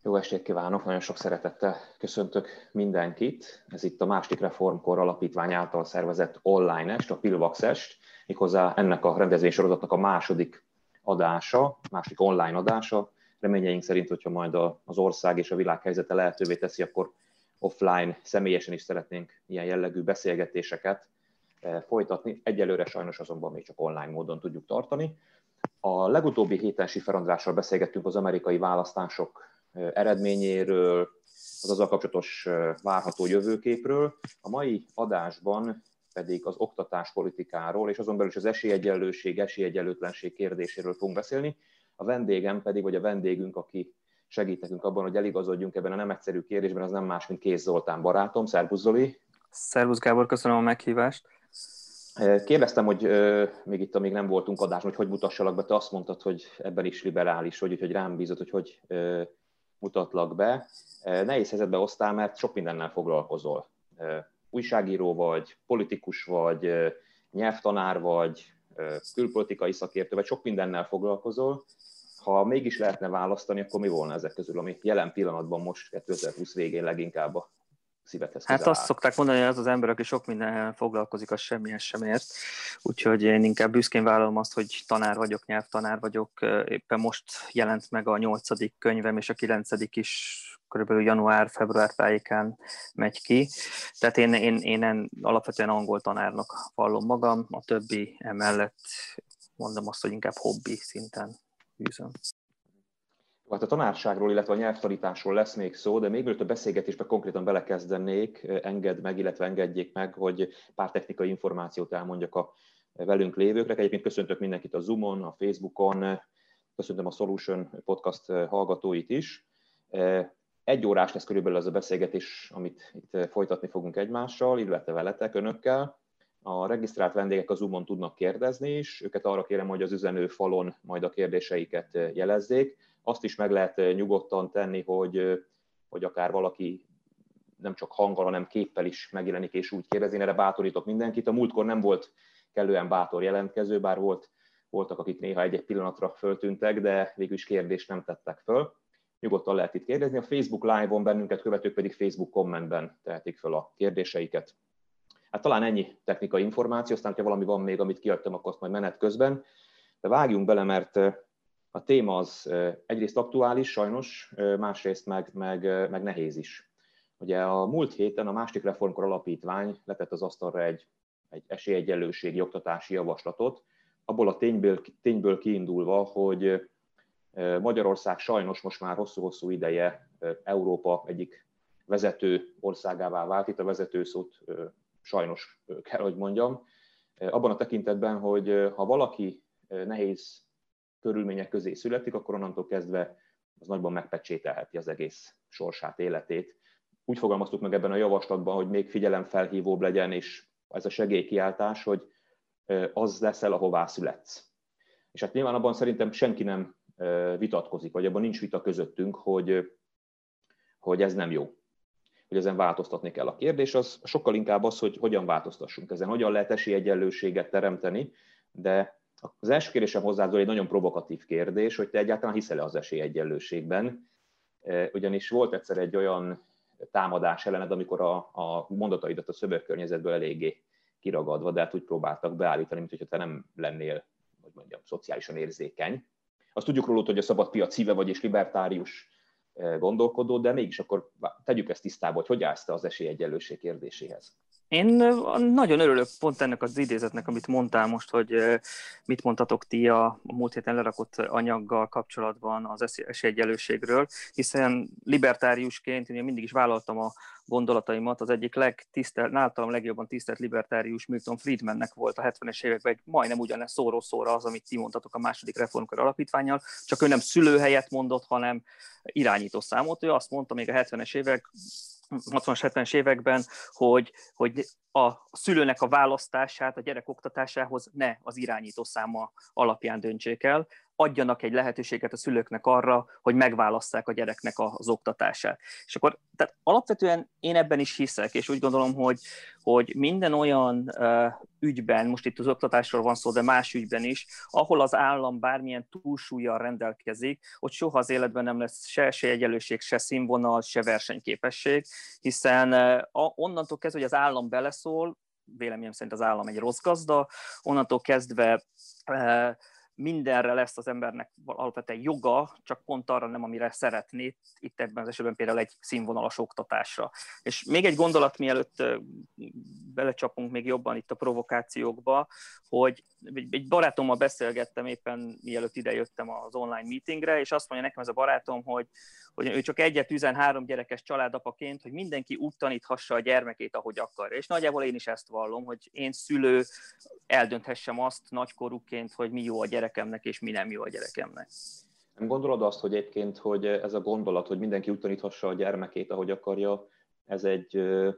Jó estét kívánok, nagyon sok szeretettel köszöntök mindenkit. Ez itt a Második Reformkor Alapítvány által szervezett online est, a Pilvax est, méghozzá ennek a rendezvénysorozatnak a második online adása. Reményeink szerint, hogyha majd az ország és a világ helyzete lehetővé teszi, akkor offline, személyesen is szeretnénk ilyen jellegű beszélgetéseket folytatni. Egyelőre sajnos azonban még csak online módon tudjuk tartani. A legutóbbi héten Schiffer Andrással beszélgettünk az amerikai választások eredményéről, az azzal kapcsolatos várható jövőképről. A mai adásban pedig az oktatáspolitikáról és azon belül is az esélyegyenlőség, esélyegyenlőtlenség kérdéséről fogunk beszélni. A vendégem pedig, vagy a vendégünk, aki segít nekünk abban, hogy eligazodjunk ebben a nem egyszerű kérdésben, az nem más, mint Kéz Zoltán barátom. Szerbusz Zoli! Szervusz Gábor, köszönöm a meghívást! Kérdeztem, hogy még itt, amíg nem voltunk adáson, hogy mutassalak be, te azt mondtad, hogy ebben is liberális vagy, úgyhogy rám bízott, hogy mutatlak be. Nehéz helyzetbe hoztál, mert sok mindennel foglalkozol. Újságíró vagy, politikus vagy, nyelvtanár vagy, külpolitikai szakértő vagy, sok mindennel foglalkozol. Ha mégis lehetne választani, akkor mi volna ezek közül, ami jelen pillanatban most 2020 végén leginkább a szívedhez közel áll? Hát azt szokták mondani, hogy az az ember, aki sok mindennel foglalkozik, az semmihez sem ért. Úgyhogy én inkább büszkén vállalom azt, hogy tanár vagyok, nyelvtanár vagyok. Éppen most jelent meg a 8. könyvem, és a 9. is körülbelül január-február tájékán megy ki. Tehát én alapvetően angol tanárnak vallom magam, a többi emellett mondom azt, hogy inkább hobbi szinten űzöm. Hát a tanárságról, illetve a nyelvtanításról lesz még szó, de még mielőtt a beszélgetésbe konkrétan belekezdenék, engedd meg, illetve engedjék meg, hogy pár technikai információt elmondjak a velünk lévőknek. Egyébként köszöntök mindenkit a Zoomon, a Facebookon, köszöntöm a Solution Podcast hallgatóit is. 1 órás lesz körülbelül ez a beszélgetés, amit itt folytatni fogunk egymással, illetve veletek, önökkel. A regisztrált vendégek a Zoomon tudnak kérdezni is, őket arra kérem, hogy az üzenőfalon majd a kérdéseiket jelezzék. Azt is meg lehet nyugodtan tenni, hogy akár valaki nem csak hanggal, hanem képpel is megjelenik és úgy kérdezi. Én erre bátorítok mindenkit. A múltkor nem volt kellően bátor jelentkező, bár voltak, akik néha egy-egy pillanatra föltűntek, de végül is kérdést nem tettek föl. Nyugodtan lehet itt kérdezni. A Facebook Live-on bennünket követők pedig Facebook kommentben tehetik föl a kérdéseiket. Hát talán ennyi technikai információ, aztán ha valami van még, amit kiadtam, akkor azt majd menet közben. De vágjunk bele, mert a téma az egyrészt aktuális, sajnos, másrészt meg nehéz is. Ugye a múlt héten a Második Reformkor Alapítvány letett az asztalra egy esélyegyenlőségi oktatási javaslatot, abból a tényből kiindulva, hogy Magyarország sajnos most már hosszú-hosszú ideje Európa egyik vezető országává vált, itt a vezető szót sajnos kell, hogy mondjam, abban a tekintetben, hogy ha valaki nehéz körülmények közé születik, akkor onnantól kezdve az nagyban megpecsételheti az egész sorsát, életét. Úgy fogalmaztuk meg ebben a javaslatban, hogy még figyelemfelhívóbb legyen, és ez a segélykiáltás, hogy az leszel, ahová születsz. És hát nyilván abban szerintem senki nem vitatkozik, vagy abban nincs vita közöttünk, hogy ez nem jó, hogy ezen változtatni kell. A kérdés az sokkal inkább az, hogy hogyan változtassunk ezen, hogyan lehet esélyegyenlőséget teremteni, de az első kérdésem hozzád egy nagyon provokatív kérdés, hogy te egyáltalán hiszel-e az esélyegyenlőségben, ugyanis volt egyszer egy olyan támadás ellened, amikor a mondataidat a szövegkörnyezetből eléggé kiragadva, de hát úgy próbáltak beállítani, mint hogyha te nem lennél, hogy mondjam, szociálisan érzékeny. Azt tudjuk rólad, hogy a szabad piac szíve vagy és libertárius gondolkodó, de mégis akkor tegyük ezt tisztába, hogy állsz te az esélyegyenlőség kérdéséhez. Én nagyon örülök pont ennek az idézetnek, amit mondtál most, hogy mit mondtatok ti a múlt héten lerakott anyaggal kapcsolatban az esélyegyenlőségről, hiszen libertáriusként én mindig is vállaltam a gondolataimat. Az egyik nálam legjobban tisztelt libertárius Milton Friedmannek volt a 70-es években egy majdnem ugyanez szóró szóra az, amit ti mondtatok a Második Reformkor Alapítvánnyal, csak ő nem szülőhelyet mondott, hanem irányító számot. Ő azt mondta még a 70-es évek, 60-as, 70-es években, hogy a szülőnek a választását a gyerek oktatásához ne az irányító száma alapján döntsék el. adjanak egy lehetőséget a szülőknek arra, hogy megválasszák a gyereknek az oktatását. És akkor tehát alapvetően én ebben is hiszek, és úgy gondolom, hogy minden olyan ügyben, most itt az oktatásról van szó, de más ügyben is, ahol az állam bármilyen túlsúllyal rendelkezik, hogy soha az életben nem lesz se esélyegyenlőség, se színvonal, se versenyképesség, hiszen onnantól kezdve, hogy az állam beleszól, véleményem szerint az állam egy rossz gazda, onnantól kezdve mindenre lesz az embernek alapvetően joga, csak pont arra nem, amire szeretné, itt ebben az esetben például egy színvonalas oktatásra. És még egy gondolat, mielőtt belecsapunk még jobban itt a provokációkba, hogy egy barátommal beszélgettem éppen, mielőtt idejöttem az online meetingre, és azt mondja nekem ez a barátom, hogy ő csak egyet üzen 3 gyerekes családapaként, hogy mindenki úgy taníthassa a gyermekét, ahogy akarja. És nagyjából én is ezt vallom, hogy én szülő eldönthessem azt nagykorúként, hogy mi jó a gyerekemnek, és mi nem jó a gyerekemnek. Nem gondolod azt, hogy egyébként, hogy ez a gondolat, hogy mindenki úgy taníthassa a gyermekét, ahogy akarja, ez egy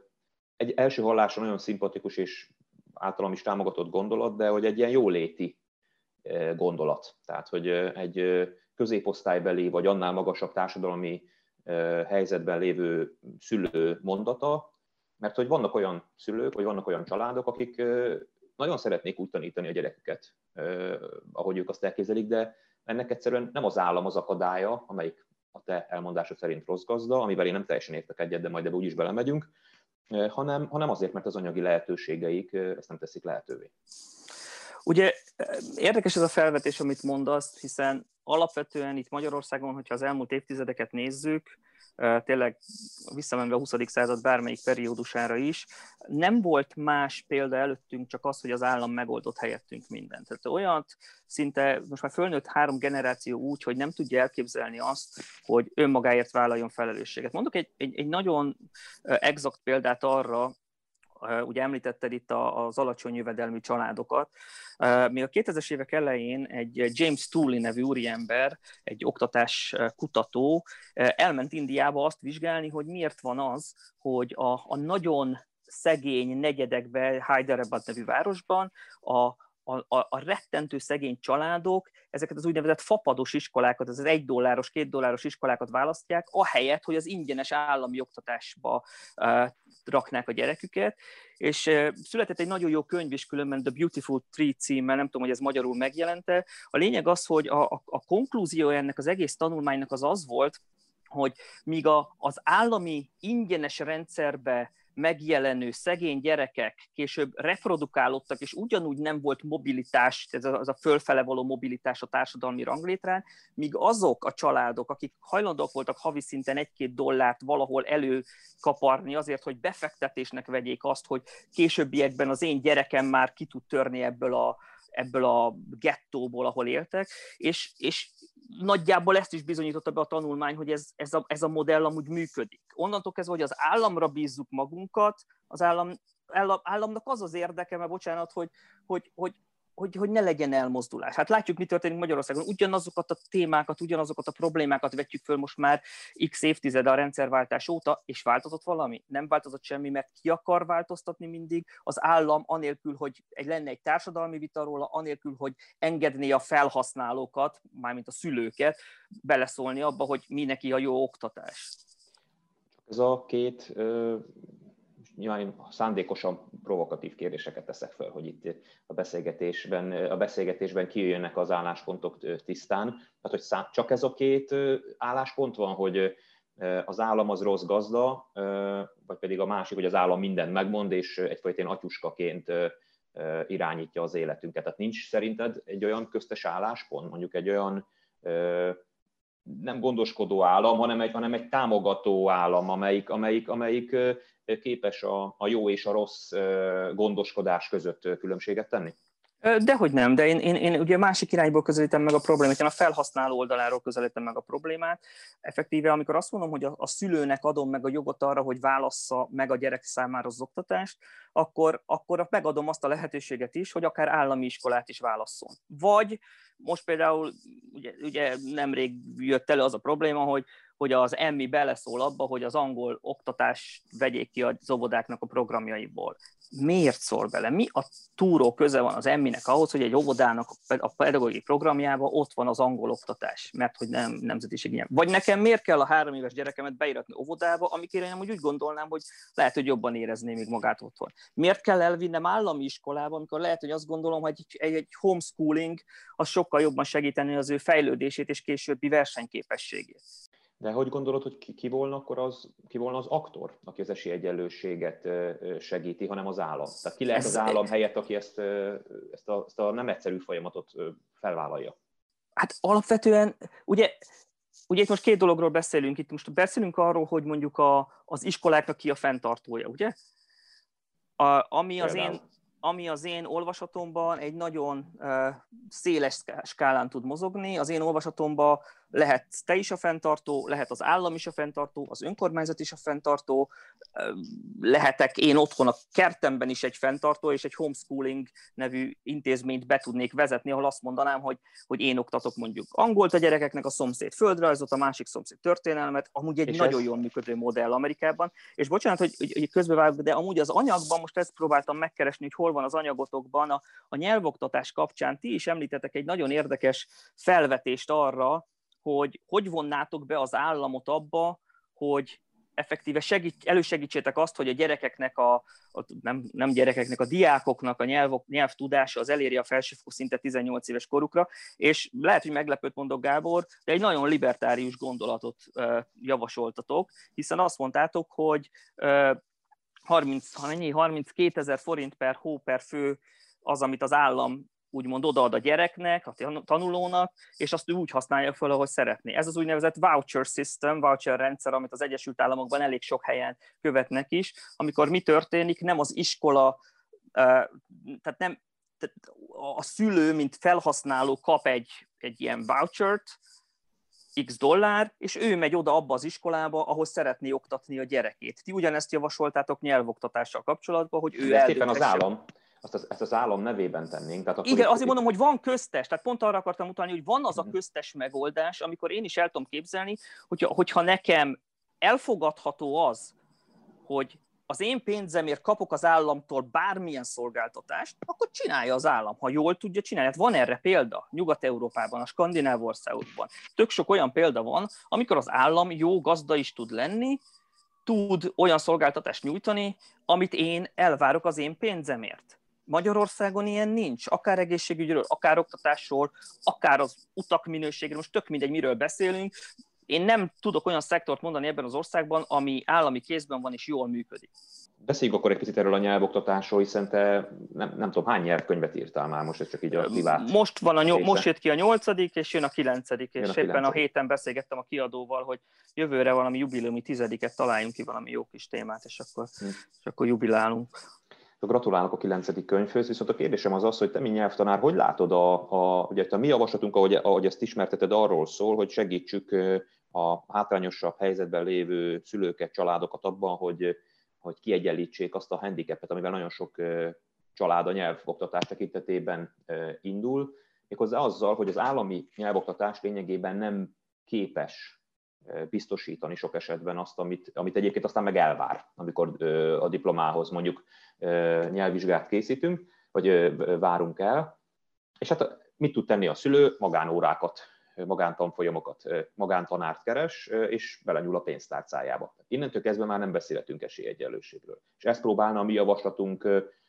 első hallásra nagyon szimpatikus és általam is támogatott gondolat, de hogy egy ilyen jóléti gondolat. Tehát, hogy egy középosztálybeli vagy annál magasabb társadalmi helyzetben lévő szülő mondata, mert hogy vannak olyan szülők, vagy vannak olyan családok, akik nagyon szeretnék úgy tanítani a gyerekeket, ahogy ők azt elképzelik, de ennek egyszerűen nem az állam az akadálya, amelyik a te elmondásod szerint rossz gazda, amivel én nem teljesen értek egyet, de majd ebbe úgyis belemegyünk, hanem azért, mert az anyagi lehetőségeik ezt nem teszik lehetővé. Ugye érdekes ez a felvetés, amit mondasz, hiszen alapvetően itt Magyarországon, hogyha az elmúlt évtizedeket nézzük, tényleg visszamenve a 20. század bármelyik periódusára is, nem volt más példa előttünk, csak az, hogy az állam megoldott helyettünk mindent. Tehát olyat szinte most már fölnőtt 3 generáció úgy, hogy nem tudja elképzelni azt, hogy önmagáért vállaljon felelősséget. Mondok egy nagyon exakt példát arra, ugye említetted itt az alacsony jövedelmű családokat. Még a 2000-es évek elején egy James Tooley nevű úriember, egy oktatáskutató elment Indiába azt vizsgálni, hogy miért van az, hogy a nagyon szegény negyedekben, Hyderabad nevű városban a rettentő szegény családok ezeket az úgynevezett fapados iskolákat, az $1, $2 iskolákat választják, ahelyett, hogy az ingyenes állami oktatásba raknák a gyereküket, és született egy nagyon jó könyv is, különben The Beautiful Tree címmel, nem tudom, hogy ez magyarul megjelente. A lényeg az, hogy a konklúzió ennek az egész tanulmánynak az volt, hogy míg az állami ingyenes rendszerbe megjelenő szegény gyerekek később reprodukálódtak, és ugyanúgy nem volt mobilitás, ez az a fölfele való mobilitás a társadalmi ranglétrán, míg azok a családok, akik hajlandók voltak havi szinten $1-2 valahol előkaparni azért, hogy befektetésnek vegyék azt, hogy későbbiekben az én gyerekem már ki tud törni ebből a gettóból, ahol éltek, és nagyjából ezt is bizonyította be a tanulmány, hogy ez a modell amúgy működik. Onnantól kezdve, hogy az államra bízzuk magunkat, az államnak az érdeke, mert bocsánat, hogy ne legyen elmozdulás. Hát látjuk, mi történik Magyarországon. Ugyanazokat a témákat, ugyanazokat a problémákat vetjük föl most már x évtizede a rendszerváltás óta, és változott valami? Nem változott semmi, mert ki akar változtatni mindig? Az állam anélkül, hogy lenne egy társadalmi vita róla, anélkül, hogy engedné a felhasználókat, mármint a szülőket, beleszólni abba, hogy mi neki a jó oktatás. Ez a két nyilván szándékosan provokatív kérdéseket teszek fel, hogy itt a beszélgetésben kijöjjenek az álláspontok tisztán. Tehát, hogy csak ez a két álláspont van, hogy az állam az rossz gazda, vagy pedig a másik, hogy az állam mindent megmond, és egyfajta ilyen atyuskaként irányítja az életünket. Tehát nincs szerinted egy olyan köztes álláspont, mondjuk egy olyan nem gondoskodó állam, hanem egy támogató állam, amelyik képes a jó és a rossz gondoskodás között különbséget tenni? Dehogy nem, de én ugye másik irányból közelítem meg a problémát, én a felhasználó oldaláról közelítem meg a problémát. Effektíve, amikor azt mondom, hogy a szülőnek adom meg a jogot arra, hogy válassza meg a gyerek számára az oktatást, akkor megadom azt a lehetőséget is, hogy akár állami iskolát is válasszon. Vagy most például ugye nemrég jött elő az a probléma, hogy az Emmi beleszól abba, hogy az angol oktatást vegyék ki az óvodáknak a programjaiból. Miért szól bele? Mi a túró köze van az Emminek ahhoz, hogy egy óvodának a pedagógiai programjában ott van az angol oktatás, mert hogy nem nemzetiségi nyelv. Vagy nekem miért kell a 3 éves gyerekemet beiratni óvodába, amikére én úgy gondolnám, hogy lehet, hogy jobban érezné még magát otthon. Miért kell elvinnem állami iskolába, amikor lehet, hogy azt gondolom, hogy egy homeschooling az sokkal jobban segíteni az ő fejlődését és későbbi versenyképességét. De hogy gondolod, hogy ki volna akkor ki volna az aktor, aki az esélyegyenlőséget segíti, hanem az állam? Tehát ki lehet az állam helyett, aki ezt a nem egyszerű folyamatot felvállalja? Hát alapvetően, ugye itt most 2 dologról beszélünk. Itt most beszélünk arról, hogy mondjuk az iskoláknak ki a fenntartója, ugye? Ami az én olvasatomban egy nagyon széles skálán tud mozogni. Az én olvasatomban lehet te is a fenntartó, lehet az állam is a fenntartó, az önkormányzat is a fenntartó, lehetek én otthon a kertemben is egy fenntartó, és egy homeschooling nevű intézményt be tudnék vezetni, ahol azt mondanám, hogy én oktatok mondjuk angolt a gyerekeknek, a szomszéd földrajzot, a másik szomszéd történelmet, amúgy egy nagyon jól működő modell Amerikában. És bocsánat, hogy közbevágok, de amúgy az anyagban, most ezt próbáltam megkeresni, hogy hol van az anyagotokban, a nyelvoktatás kapcsán ti is említetek egy nagyon érdekes felvetést arra, hogy vonnátok be az államot abba, hogy effektíve elősegítsétek azt, hogy a gyerekeknek, nem gyerekeknek, a diákoknak a nyelvtudása az eléri a felsőfokú szintet 18 éves korukra, és lehet, hogy meglepőt mondok, Gábor, de egy nagyon libertárius gondolatot javasoltatok, hiszen azt mondtátok, hogy 32 000 forint per hó per fő az, amit az állam úgymond odaad a gyereknek, a tanulónak, és azt úgy használja fel, ahogy szeretné. Ez az úgynevezett voucher system, voucher rendszer, amit az Egyesült Államokban elég sok helyen követnek is, amikor mi történik, nem az iskola, tehát nem a szülő, mint felhasználó kap egy ilyen vouchert, x dollár, és ő megy oda abba az iskolába, ahol szeretné oktatni a gyerekét. Ti ugyanezt javasoltátok nyelvoktatással kapcsolatban, hogy ő eldönthesse. Az állam. Ezt az állam nevében tennénk. Tehát igen, azért mondom, hogy van köztes, tehát pont arra akartam utalni, hogy van az a köztes megoldás, amikor én is el tudom képzelni, hogyha nekem elfogadható az, hogy az én pénzemért kapok az államtól bármilyen szolgáltatást, akkor csinálja az állam, ha jól tudja csinálni. Hát van erre példa Nyugat-Európában, a skandináv országokban. Tök sok olyan példa van, amikor az állam jó gazda is tud lenni, tud olyan szolgáltatást nyújtani, amit én elvárok az én pénzemért. Magyarországon ilyen nincs, akár egészségügyről, akár oktatásról, akár az utak minőségről, most tök mindegy, miről beszélünk. Én nem tudok olyan szektort mondani ebben az országban, ami állami kézben van és jól működik. Beszéljünk akkor egy picit erről a nyelvoktatásról, hiszen te nem tudom, hány nyelvkönyvet írtál már most, ez csak így a privát. Most jött ki a 8. és jön a 9. és éppen a héten beszélgettem a kiadóval, hogy jövőre valami jubileumi 10-et találjunk ki valami jó kis témát, és akkor jubilálunk. Gratulálok a 9. könyvhöz, viszont a kérdésem az, hogy te, mint nyelvtanár, hogy látod, ugye a mi javaslatunk, ahogy ezt ismerteted, arról szól, hogy segítsük a hátrányosabb helyzetben lévő szülőket, családokat abban, hogy kiegyenlítsék azt a handicapet, amivel nagyon sok család a nyelvoktatás tekintetében indul, méghozzá azzal, hogy az állami nyelvoktatás lényegében nem képes biztosítani sok esetben azt, amit egyébként aztán meg elvár, amikor a diplomához mondjuk nyelvvizsgát készítünk, vagy várunk el. És hát mit tud tenni a szülő? Magánórákat, magántanfolyamokat, magántanárt keres, és belenyúl a pénztárcájába. Innentől kezdve már nem beszélhetünk esélyegyenlőségről. És ezt próbálna a mi javaslatunk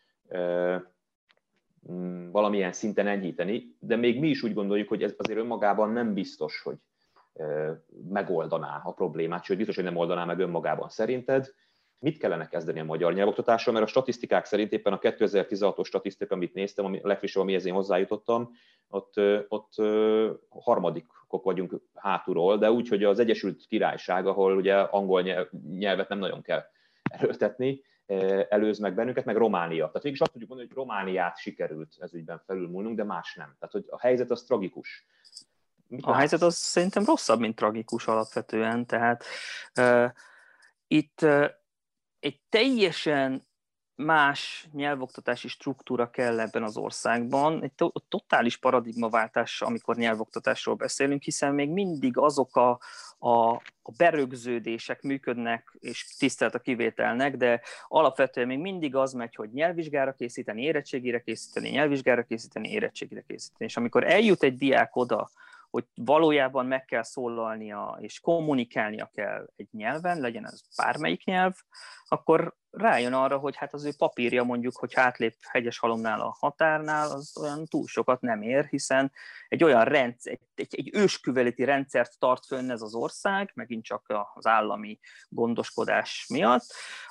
valamilyen szinten enyhíteni, de még mi is úgy gondoljuk, hogy ez azért önmagában nem biztos, hogy megoldaná a problémát, sőt biztos, hogy nem oldaná meg önmagában. Szerinted mit kellene kezdeni a magyar nyelvoktatással? Mert a statisztikák szerint éppen a 2016-os statisztika, amit néztem, a legfrissebb, amihez én hozzájutottam, ott harmadikok vagyunk hátulról, de úgy, hogy az Egyesült Királyság, ahol ugye angol nyelvet nem nagyon kell erőltetni, előz meg bennünket, meg Románia. Tehát végig azt tudjuk mondani, hogy Romániát sikerült ez ügyben felülmúlnunk, de más nem. Tehát hogy a helyzet az tragikus. A helyzet az szerintem rosszabb, mint tragikus alapvetően. Tehát itt egy teljesen más nyelvoktatási struktúra kell ebben az országban, egy totális paradigmaváltás, amikor nyelvoktatásról beszélünk, hiszen még mindig azok a berögződések működnek, és tisztelt a kivételnek, de alapvetően még mindig az megy, hogy nyelvvizsgára készíteni, érettségire készíteni, nyelvvizsgára készíteni, érettségire készíteni. És amikor eljut egy diák oda, hogy valójában meg kell szólalnia, és kommunikálnia kell egy nyelven, legyen ez bármelyik nyelv, akkor rájön arra, hogy hát az ő papírja mondjuk, hogy átlép Hegyeshalomnál a határnál, az olyan túl sokat nem ér, hiszen egy olyan rendszer, egy ősküveleti rendszert tart fönn ez az ország, megint csak az állami gondoskodás miatt,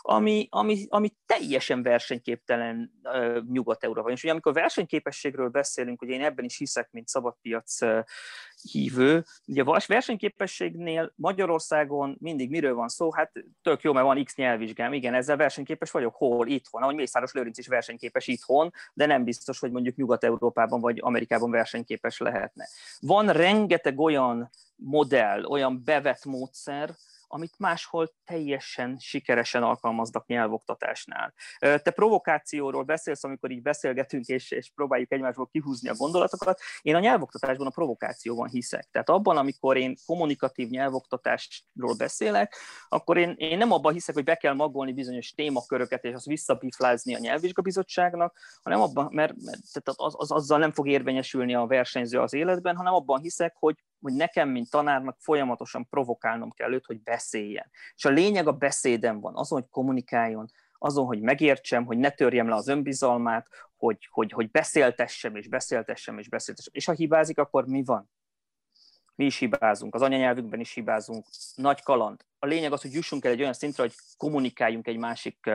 ami teljesen versenyképtelen Nyugat-Európában. És ugye amikor versenyképességről beszélünk, ugye én ebben is hiszek, mint szabadpiac hívő, ugye a versenyképességnél Magyarországon mindig miről van szó? Hát tök jó, mert van X nyelvvizsgám, igen, ezzel versenyképes vagyok, hol? Itthon, ahogy Mészáros Lőrinc is versenyképes itthon, de nem biztos, hogy mondjuk Nyugat-Európában vagy Amerikában versenyképes lehetne. Van rengeteg olyan modell, olyan bevett módszer, amit máshol teljesen sikeresen alkalmaznak nyelvoktatásnál. Te provokációról beszélsz, amikor így beszélgetünk, és próbáljuk egymásból kihúzni a gondolatokat. Én a nyelvoktatásban a provokációban hiszek. Tehát abban, amikor én kommunikatív nyelvoktatásról beszélek, akkor én nem abban hiszek, hogy be kell magolni bizonyos témaköröket, és azt visszapiflázni a nyelvvizsgabizottságnak, hanem abban, mert azzal nem fog érvényesülni a versenyző az életben, hanem abban hiszek, hogy nekem, mint tanárnak folyamatosan provokálnom kell őt, hogy beszéljen. És a lényeg a beszédem van, azon, hogy kommunikáljon, azon, hogy megértsem, hogy ne törjem le az önbizalmát, hogy beszéltessem, és beszéltessem, és beszéltessem. És ha hibázik, akkor mi van? Mi is hibázunk, az anyanyelvükben is hibázunk. Nagy kaland. A lényeg az, hogy jussunk el egy olyan szintre, hogy kommunikáljunk egy másik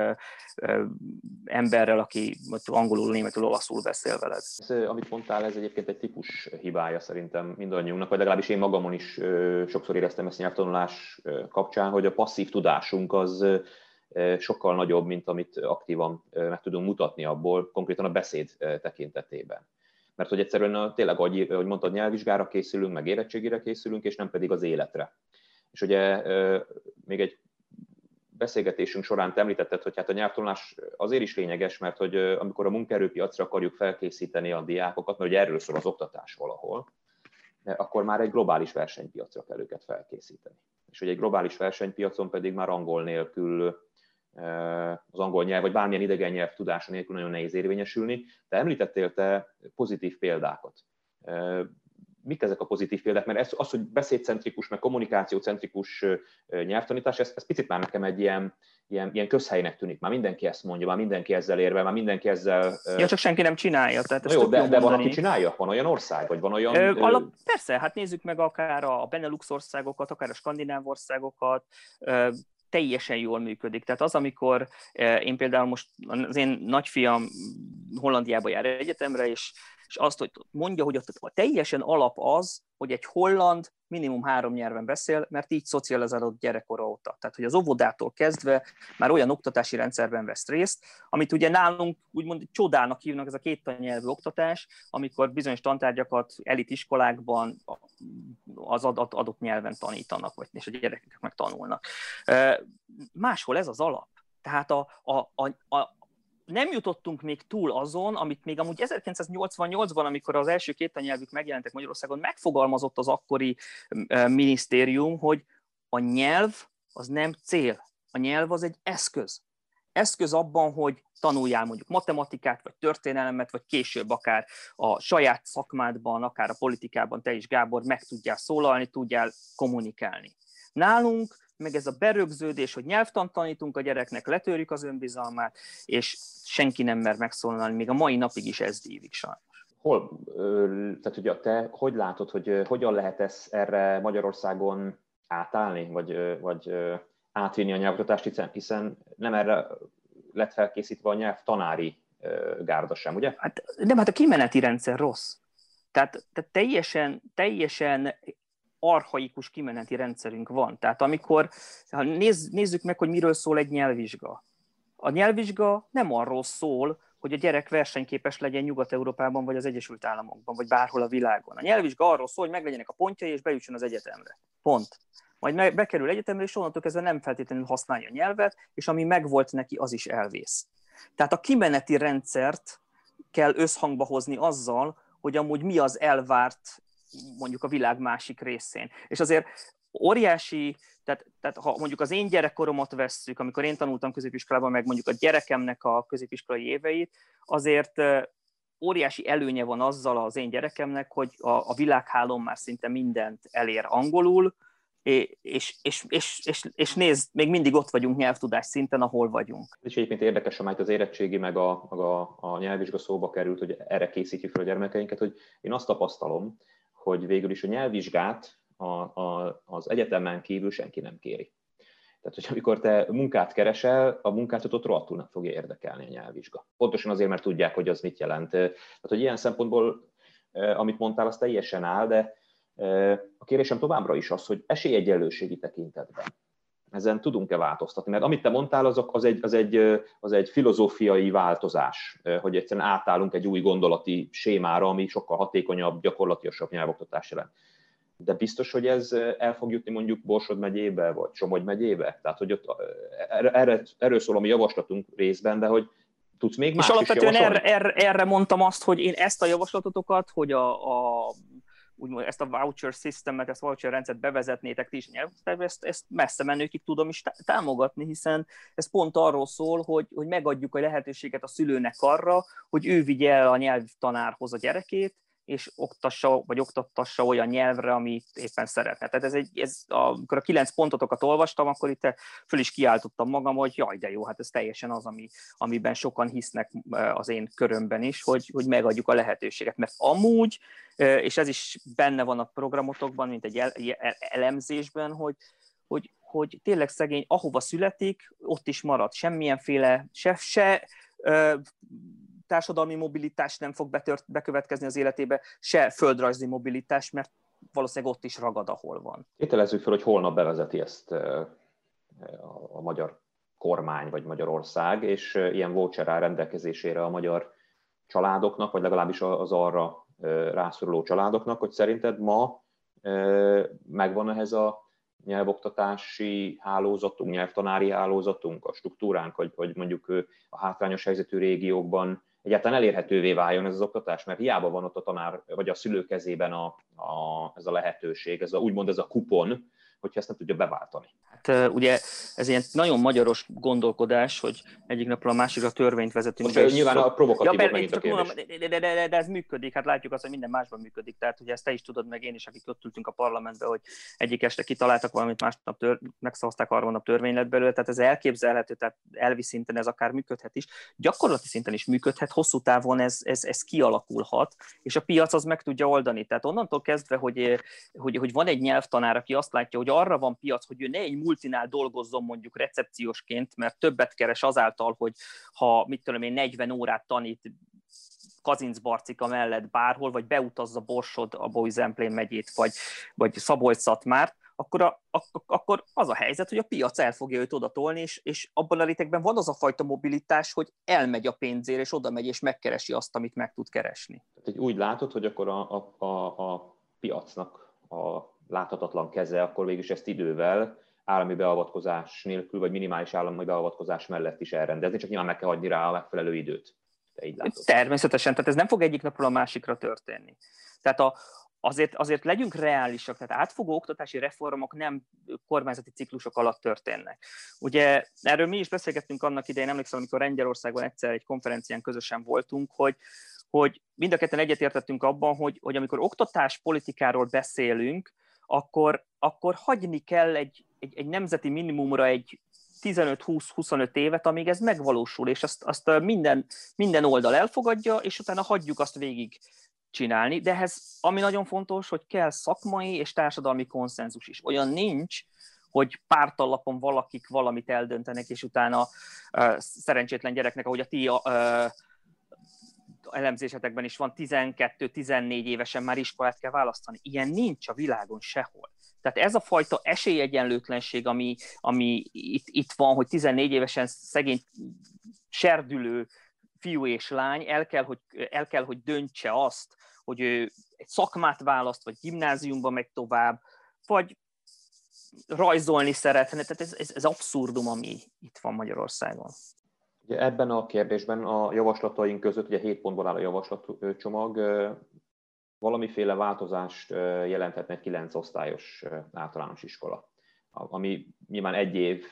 emberrel, aki angolul, németül, olaszul beszél veled. Amit mondtál, ez egyébként egy típus hibája szerintem mindannyiunknak, vagy legalábbis én magamon is sokszor éreztem ezt nyelvtanulás kapcsán, hogy a passzív tudásunk az sokkal nagyobb, mint amit aktívan meg tudunk mutatni abból, konkrétan a beszéd tekintetében. Mert hogy egyszerűen tényleg, ahogy mondtad, nyelvvizsgára készülünk, meg érettségire készülünk, és nem pedig az életre. És ugye még egy beszélgetésünk során te említetted, hogy hát a nyelvtanulás azért is lényeges, mert hogy amikor a munkaerőpiacra akarjuk felkészíteni a diákokat, mert ugye erről szól az oktatás valahol, akkor már egy globális versenypiacra kell őket felkészíteni. És hogy egy globális versenypiacon pedig már angol nélkül, az angol nyelv, vagy bármilyen idegen nyelv tudása nélkül nagyon nehéz érvényesülni. Te említettél pozitív példákat. Mik ezek a pozitív példák? Mert az, hogy beszédcentrikus, meg kommunikációcentrikus nyelvtanítás, ez picit már nekem egy ilyen közhelynek tűnik. Már mindenki ezt mondja, már mindenki ezzel érve, már mindenki ezzel... Ja, csak senki nem csinálja. Tehát jó, de van, aki csinálja? Van olyan ország? Vagy van olyan... Persze, hát nézzük meg akár a Benelux országokat, akár a skandináv országokat, teljesen jól működik. Tehát az, amikor én például most, az én nagyfiam Hollandiába jár egyetemre, és azt hogy mondja, hogy a teljesen alap az, hogy egy holland minimum 3 nyelven beszél, mert így szocializálódott gyerekkora óta. Tehát, hogy az óvodától kezdve már olyan oktatási rendszerben vesz részt, amit ugye nálunk úgymond csodának hívnak, ez a 2 tannyelvű oktatás, amikor bizonyos tantárgyakat elitiskolákban az adott nyelven tanítanak, és a gyerekek meg tanulnak. Máshol ez az alap. Tehát nem jutottunk még túl azon, amit még amúgy 1988-ban, amikor az első 2 tannyelvük megjelentek Magyarországon, megfogalmazott az akkori minisztérium, hogy a nyelv az nem cél. A nyelv az egy eszköz. Eszköz abban, hogy tanuljál mondjuk matematikát, vagy történelmet, vagy később akár a saját szakmádban, akár a politikában te is, Gábor, meg tudjál szólalni, tudjál kommunikálni. Nálunk meg ez a berögződés, hogy nyelvtant tanítunk a gyereknek, letörjük az önbizalmát, és senki nem mer megszólalni, még a mai napig is ez dívik sajnos. Tehát ugye te hogy látod, hogy hogyan lehet erre Magyarországon átállni, vagy átvinni a nyelvoktatást, hiszen nem erre lett felkészítve a nyelvtanári gárda sem, ugye? Hát a kimeneti rendszer rossz. Tehát teljesen archaikus kimeneti rendszerünk van. Tehát amikor, nézzük meg, hogy miről szól egy nyelvvizsga. A nyelvvizsga nem arról szól, hogy a gyerek versenyképes legyen Nyugat-Európában, vagy az Egyesült Államokban, vagy bárhol a világon. A nyelvvizsga arról szól, hogy meglegyenek a pontjai, és bejusson az egyetemre. Pont. Majd bekerül egyetemre, és onnantól kezdve nem feltétlenül használja a nyelvet, és ami megvolt neki, az is elvész. Tehát a kimeneti rendszert kell összhangba hozni azzal, hogy amúgy mi az elvárt mondjuk a világ másik részén. És azért óriási, tehát ha mondjuk az én gyerekkoromat vesszük, amikor én tanultam középiskolában, meg mondjuk a gyerekemnek a középiskolai éveit, azért óriási előnye van azzal az én gyerekemnek, hogy a világhálón már szinte mindent elér angolul, és nézd, még mindig ott vagyunk nyelvtudás szinten, ahol vagyunk. És egyébként érdekes, amelyet az érettségi meg a nyelvvizsga szóba került, hogy erre készítjük fel a gyermekeinket, hogy én azt tapasztalom, hogy végül is a nyelvvizsgát az egyetemen kívül senki nem kéri. Tehát, hogy amikor te munkát keresel, a munkátot rohadtul nem fogja érdekelni a nyelvvizsga. Pontosan azért, mert tudják, hogy az mit jelent. Tehát, hogy ilyen szempontból, amit mondtál, az teljesen áll, de a kérésem továbbra is az, hogy esélyegyenlőségi tekintetben ezen tudunk-e változtatni? Mert amit te mondtál, az egy filozófiai változás, hogy egyszerűen átállunk egy új gondolati sémára, ami sokkal hatékonyabb, gyakorlatilasabb nyelvoktatás jelent. De biztos, hogy ez el fog jutni mondjuk Borsod megyébe, vagy Somogy megyébe? Tehát, hogy ott erről szól a mi javaslatunk részben, de hogy tudsz még más is javasolni? És alapvetően erre mondtam azt, hogy én ezt a javaslatotokat, hogy úgymond ezt a voucher systemet, ezt a voucher rendszert bevezetnétek ti is nyelvoktatásba, ezt messze menőkig tudom is támogatni, hiszen ez pont arról szól, hogy megadjuk a lehetőséget a szülőnek arra, hogy ő vigye el a nyelvtanárhoz a gyerekét, és oktattassa olyan nyelvre, amit éppen szeretne. Tehát amikor a 9 pontotokat olvastam, akkor itt föl is kiáltottam magam, hogy jaj, de jó, hát ez teljesen az, amiben sokan hisznek az én körömben is, hogy megadjuk a lehetőséget. Mert amúgy, és ez is benne van a programotokban, mint egy elemzésben, hogy tényleg szegény, ahova születik, ott is marad. Semmilyenféle, se társadalmi mobilitás nem fog bekövetkezni az életébe, se földrajzi mobilitás, mert valószínűleg ott is ragad, ahol van. Tételezzük fel, hogy holnap bevezeti ezt a magyar kormány vagy Magyarország, és ilyen voucher áll rendelkezésére a magyar családoknak, vagy legalábbis az arra rászoruló családoknak, hogy szerinted ma megvan ehhez a nyelvoktatási hálózatunk, nyelvtanári hálózatunk, a struktúránk, hogy mondjuk a hátrányos helyzetű régiókban egyáltalán elérhetővé váljon ez az oktatás, mert hiába van ott a tanár vagy a szülő kezében ez a lehetőség, úgymond ez a kupon, hogyha ezt nem tudja beváltani. Hát ugye ez ilyen nagyon magyaros gondolkodás, hogy egyik napról a másikra törvényt vezetünk. Most nyilván a provokatívok megint a kérdés. De ez működik, hát látjuk azt, hogy minden másban működik. Tehát ugye ezt te is tudod, meg én is, akik ott ültünk a parlamentbe, hogy egyik este kitaláltak valamit, másnap megszavazták, harmadnap törvény lett belőle, tehát ez elképzelhető, tehát elvi szinten ez akár működhet is. Gyakorlati szinten is működhet, hosszú távon ez kialakulhat, és a piac az meg tudja oldani. Tehát onnantól kezdve, hogy van egy nyelvtanár, aki azt látja, hogy arra van piac, hogy ő ne egy multinál dolgozzon mondjuk recepciósként, mert többet keres azáltal, hogy ha 40 órát tanít Kazincbarcika mellett bárhol, vagy beutazza Borsod, a Bolyai-Zemplén megyét, vagy Szabolcs-Szatmárt, akkor az a helyzet, hogy a piac el fogja őt oda tolni, és abban a rétegben van az a fajta mobilitás, hogy elmegy a pénzért, és oda megy, és megkeresi azt, amit meg tud keresni. Tehát úgy látod, hogy akkor a piacnak a láthatatlan keze, akkor végülis ezt idővel állami beavatkozás nélkül, vagy minimális állami beavatkozás mellett is elrendezni, csak nyilván meg kell hagyni rá a megfelelő időt. Te így látod. Természetesen, tehát ez nem fog egyik napról a másikra történni. Tehát azért legyünk reálisak, tehát átfogó oktatási reformok nem kormányzati ciklusok alatt történnek. Ugye erről mi is beszélgettünk annak idején, emlékszem, amikor Lengyelországban egyszer egy konferencián közösen voltunk, hogy mind a ketten egyetértettünk abban, hogy amikor oktatáspolitikáról beszélünk, akkor hagyni kell egy nemzeti minimumra egy 15-20-25 évet, amíg ez megvalósul, és azt minden oldal elfogadja, és utána hagyjuk azt végig csinálni, de ehhez ami nagyon fontos, hogy kell szakmai és társadalmi konszenzus is. Olyan nincs, hogy pártallapon valakik valamit eldöntenek, és utána szerencsétlen gyereknek, ahogy a ti elemzésetekben is van, 12-14 évesen már iskolát kell választani. Ilyen nincs a világon sehol. Tehát ez a fajta esélyegyenlőtlenség, ami itt van, hogy 14 évesen szegény serdülő fiú és lány el kell, hogy döntse azt, hogy ő egy szakmát választ, vagy gimnáziumba megy tovább, vagy rajzolni szeretne. Tehát ez abszurdum, ami itt van Magyarországon. Ebben a kérdésben a javaslataink között, ugye 7 pontból áll a javaslatcsomag, valamiféle változást jelenthetne egy 9 osztályos általános iskola, ami nyilván egy év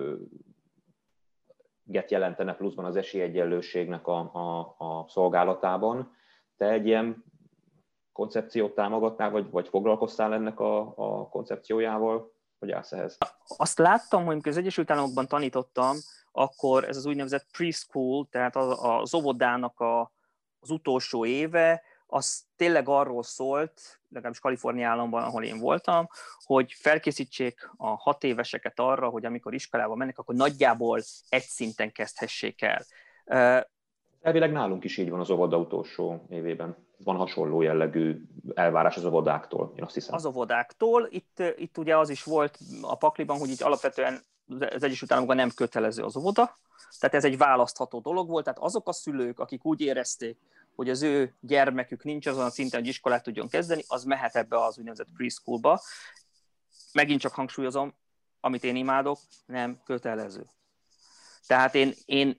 jelentene pluszban az esélyegyenlőségnek a szolgálatában. Te egy ilyen koncepciót támogatnál, vagy foglalkoztál ennek a koncepciójával? Hogy állsz ehhez? Azt láttam, hogy amikor az Egyesült Államokban tanítottam, akkor ez az úgynevezett preschool, tehát az óvodának az utolsó éve, az tényleg arról szólt, legalábbis Kalifornia államban, ahol én voltam, hogy felkészítsék a 6 éveseket arra, hogy amikor iskolába mennek, akkor nagyjából egy szinten kezdhessék el. Elvileg nálunk is így van az óvoda utolsó évében. Van hasonló jellegű elvárás az óvodáktól, én azt hiszem. Az óvodáktól, itt ugye az is volt a pakliban, hogy így alapvetően az Egyesült Államokban nem kötelező az óvoda, tehát ez egy választható dolog volt, tehát azok a szülők, akik úgy érezték, hogy az ő gyermekük nincs azon a szinten, hogy iskolát tudjon kezdeni, az mehet ebbe az úgynevezett preschoolba. Megint csak hangsúlyozom, amit én imádok, nem kötelező. Tehát én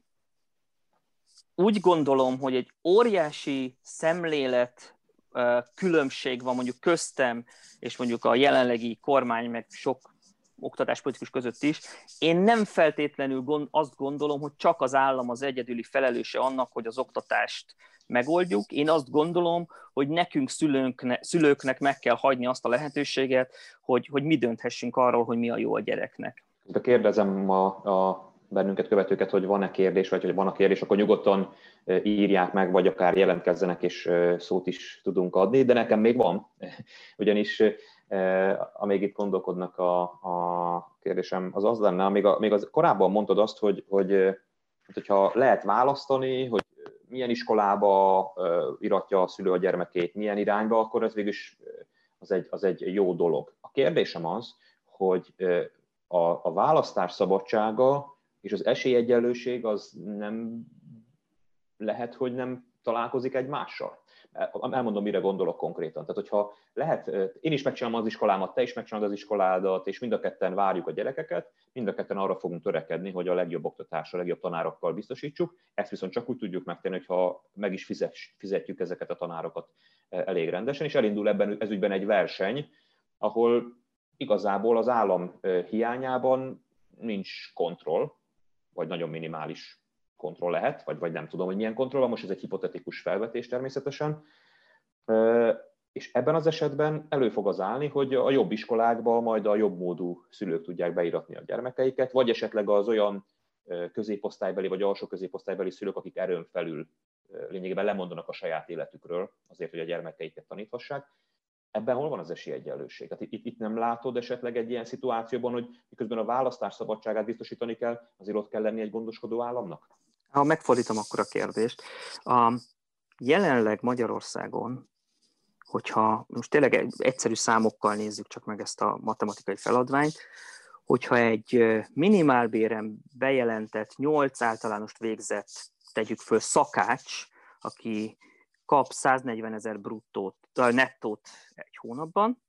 úgy gondolom, hogy egy óriási szemlélet különbség van mondjuk köztem és mondjuk a jelenlegi kormány meg sok oktatáspolitikus között is. Én nem feltétlenül azt gondolom, hogy csak az állam az egyedüli felelőse annak, hogy az oktatást megoldjuk. Én azt gondolom, hogy nekünk szülőknek meg kell hagyni azt a lehetőséget, hogy mi dönthessünk arról, hogy mi a jó a gyereknek. De kérdezem a bennünket követőket, hogy van-e kérdés, vagy hogy van a kérdés, akkor nyugodtan írják meg, vagy akár jelentkezzenek, és szót is tudunk adni, de nekem még van, ugyanis amíg itt gondolkodnak a kérdésem, az lenne, még az korábban mondtad azt, hogyha lehet választani, hogy milyen iskolába iratja a szülő a gyermekét, milyen irányba, akkor ez végülis az egy jó dolog. A kérdésem az, hogy a választás szabadsága és az esélyegyenlőség az nem lehet, hogy nem találkozik egymással. Elmondom, mire gondolok konkrétan. Tehát, hogyha lehet, én is megcsinálom az iskolámat, te is megcsinálod az iskoládat, és mind a ketten várjuk a gyerekeket, mind a ketten arra fogunk törekedni, hogy a legjobb oktatásra, a legjobb tanárokkal biztosítsuk. Ezt viszont csak úgy tudjuk megtenni, hogyha meg is fizetjük ezeket a tanárokat elég rendesen, és elindul ez ügyben egy verseny, ahol igazából az állam hiányában nincs kontroll, vagy nagyon minimális kontroll lehet, vagy nem tudom, hogy milyen kontroll van, most ez egy hipotetikus felvetés természetesen, és ebben az esetben elő fog az állni, hogy a jobb iskolákba majd a jobb módú szülők tudják beiratni a gyermekeiket, vagy esetleg az olyan középosztálybeli vagy alsó középosztálybeli szülők, akik erőn felül lényegében lemondanak a saját életükről azért, hogy a gyermekeiket taníthassák. Ebben hol van az esélyegyenlőség? Tehát itt nem látod esetleg egy ilyen szituációban, hogy miközben a választás szabadságát biztosítani kell, azért ott kell lenni egy gondoskodó államnak? Ha megfordítom akkor a kérdést. Jelenleg Magyarországon, hogyha most tényleg egyszerű számokkal nézzük csak meg ezt a matematikai feladványt, hogyha egy minimálbéren bejelentett 8 általánost végzett, tegyük föl szakács, aki kap 140 000 nettót egy hónapban,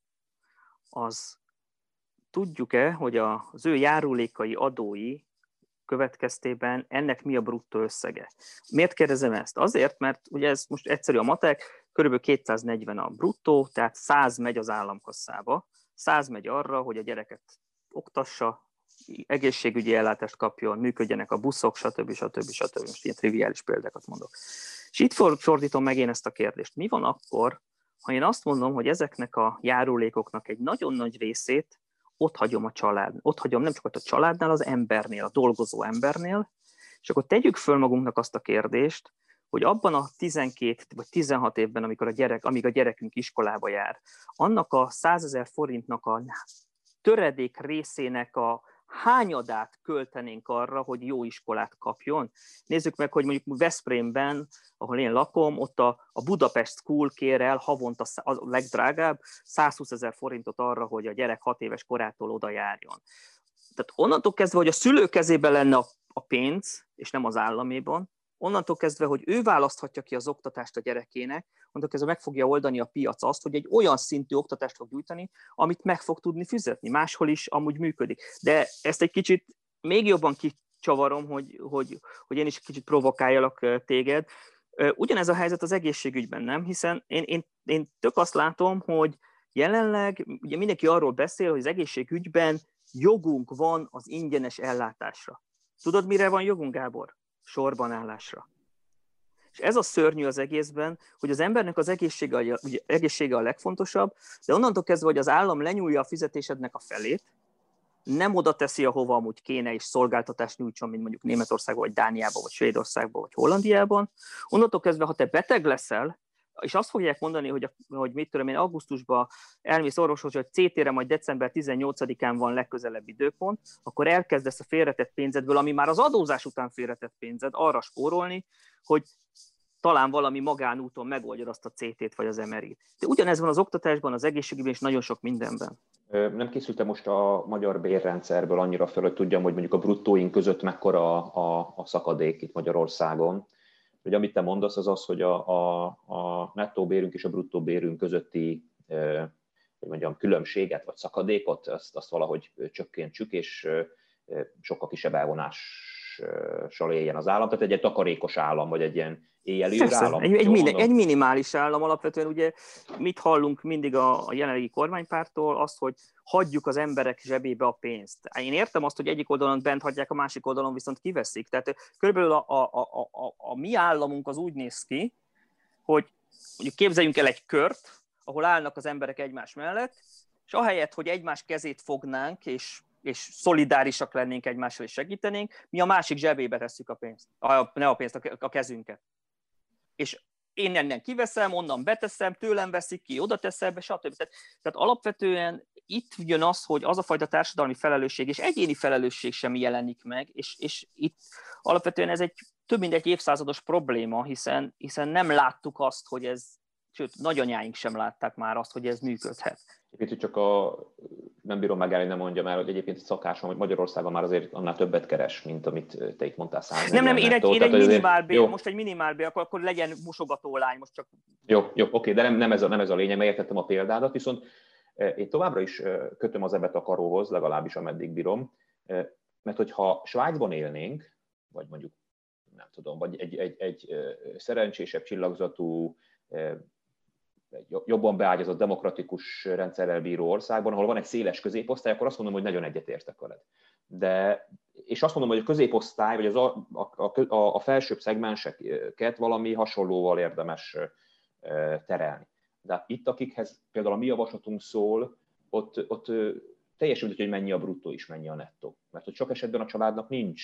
az tudjuk-e, hogy az ő járulékai adói következtében ennek mi a bruttó összege? Miért kérdezem ezt? Azért, mert ugye ez most egyszerű a matek, kb. 240 a bruttó, tehát 100 megy az államkasszába, 100 megy arra, hogy a gyereket oktassa, egészségügyi ellátást kapjon, működjenek a buszok, stb. Most ilyen triviális példákat mondok. És itt fordítom meg én ezt a kérdést. Mi van akkor, ha én azt mondom, hogy ezeknek a járulékoknak egy nagyon nagy részét ott hagyom a család, ott hagyom nem csak a családnál, az embernél, a dolgozó embernél, és akkor tegyük föl magunknak azt a kérdést, hogy abban a 12 vagy 16 évben, amíg a gyerekünk iskolába jár, annak a 100 000 forintnak a töredék részének a hányadát költenénk arra, hogy jó iskolát kapjon. Nézzük meg, hogy mondjuk Veszprémben, ahol én lakom, ott a Budapest School kér el havonta a legdrágább 120 000 forintot arra, hogy a gyerek 6 éves korától oda járjon. Tehát onnantól kezdve, hogy a szülő kezében lenne a pénz, és nem az államéban, onnantól kezdve, hogy ő választhatja ki az oktatást a gyerekének, onnantól kezdve meg fogja oldani a piac azt, hogy egy olyan szintű oktatást fog nyújtani, amit meg fog tudni fizetni. Máshol is amúgy működik. De ezt egy kicsit még jobban csavarom, hogy én is kicsit provokáljalak téged. Ugyanez a helyzet az egészségügyben, nem? Hiszen én tök azt látom, hogy jelenleg ugye mindenki arról beszél, hogy az egészségügyben jogunk van az ingyenes ellátásra. Tudod, mire van jogunk, Gábor? Sorbanállásra. És ez a szörnyű az egészben, hogy az embernek az egészsége a legfontosabb, de onnantól kezdve, hogy az állam lenyúlja a fizetésednek a felét, nem oda teszi, ahova amúgy kéne, és szolgáltatást nyújtson, mint mondjuk Németországban, vagy Dániában, vagy Svédországban, vagy Hollandiában. Onnantól kezdve, ha te beteg leszel, és azt fogják mondani, hogy mit tudom én, augusztusban elmész orvoshoz, hogy CT-re majd december 18-án van legközelebb időpont, akkor elkezdesz a félretett pénzedből, ami már az adózás után félretett pénzed, arra spórolni, hogy talán valami magánúton megoldjad azt a CT-t vagy az MRI-t. De ugyanez van az oktatásban, az egészségügyben és nagyon sok mindenben. Nem készültem most a magyar bérrendszerből annyira fel, hogy tudjam, hogy mondjuk a bruttóink között mekkora a szakadék itt Magyarországon. Hogy amit te mondasz, az az, hogy a nettó bérünk és a bruttó bérünk közötti hogy mondjam, különbséget vagy szakadékot, azt valahogy csökkentsük, és sokkal kisebb elvonással éljen az állam. Tehát egy takarékos állam, vagy egy ilyen éjjeli állam. Egy minimális állam alapvetően. Ugye mit hallunk mindig a jelenlegi kormánypártól? Azt, hogy hagyjuk az emberek zsebébe a pénzt. Én értem azt, hogy egyik oldalon bent hagyják, a másik oldalon viszont kiveszik. Tehát körülbelül a mi államunk az úgy néz ki, hogy mondjuk képzeljünk el egy kört, ahol állnak az emberek egymás mellett, és ahelyett, hogy egymás kezét fognánk, és szolidárisak lennénk egymással, és segítenénk, mi a másik zsebébe tesszük a pénzt. Ne a pénzt, a kezünket. És én innen kiveszem, onnan beteszem, tőlem veszik ki, oda teszem be, stb. Tehát alapvetően itt jön az, hogy az a fajta társadalmi felelősség és egyéni felelősség sem jelenik meg, és itt alapvetően ez egy több mint egy évszázados probléma, hiszen nem láttuk azt, hogy ez, sőt, nagyanyáink sem látták már azt, hogy ez működhet. Egyébként, hogy csak nem bírom megállni, nem mondjam el, hogy egyébként szakásom, hogy Magyarországon már azért annál többet keres, mint amit te itt mondtál, 140 Nem, én egy minimálbér, most egy minimálbér, akkor legyen mosogatólány, most csak... Jó, oké, de nem ez a lényeg, megértettem a példádat, viszont én továbbra is kötöm az ebet a karóhoz, legalábbis ameddig bírom, mert hogyha Svájcban élnénk, vagy mondjuk, nem tudom, vagy egy szerencsésebb csillagzatú, jobban beágyazott demokratikus rendszerrel bíró országban, ahol van egy széles középosztály, akkor azt mondom, hogy nagyon egyetértek veled. És azt mondom, hogy a középosztály, vagy a felsőbb szegmenseket valami hasonlóval érdemes terelni. De itt, akikhez például a mi javaslatunk szól, ott teljesen mindegy, hogy mennyi a bruttó és mennyi a nettó. Mert hogy sok esetben a családnak nincs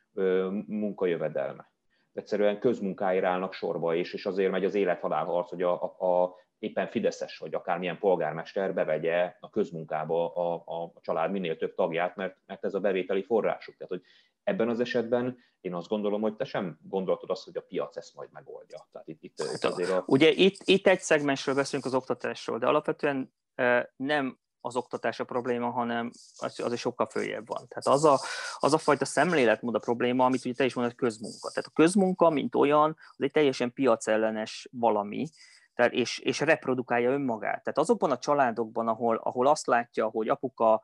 munkajövedelme. Egyszerűen közmunkáért állnak sorba, és azért megy az élet-halálharc, hogy a éppen fideszes, vagy akármilyen polgármester bevegye a közmunkába a család minél több tagját, mert ez a bevételi forrásuk. Tehát, hogy ebben az esetben én azt gondolom, hogy te sem gondoltad azt, hogy a piac ezt majd megoldja. Tehát itt azért Ugye itt egy szegmensről beszélünk, az oktatásról, de alapvetően nem az oktatás a probléma, hanem az is sokkal följebb van. Tehát az a fajta szemléletmód a probléma, amit ugye te is mondod, közmunka. Tehát a közmunka, mint olyan, az egy teljesen piacellenes valami, tehát és reprodukálja önmagát. Tehát azokban a családokban, ahol azt látja, hogy apuka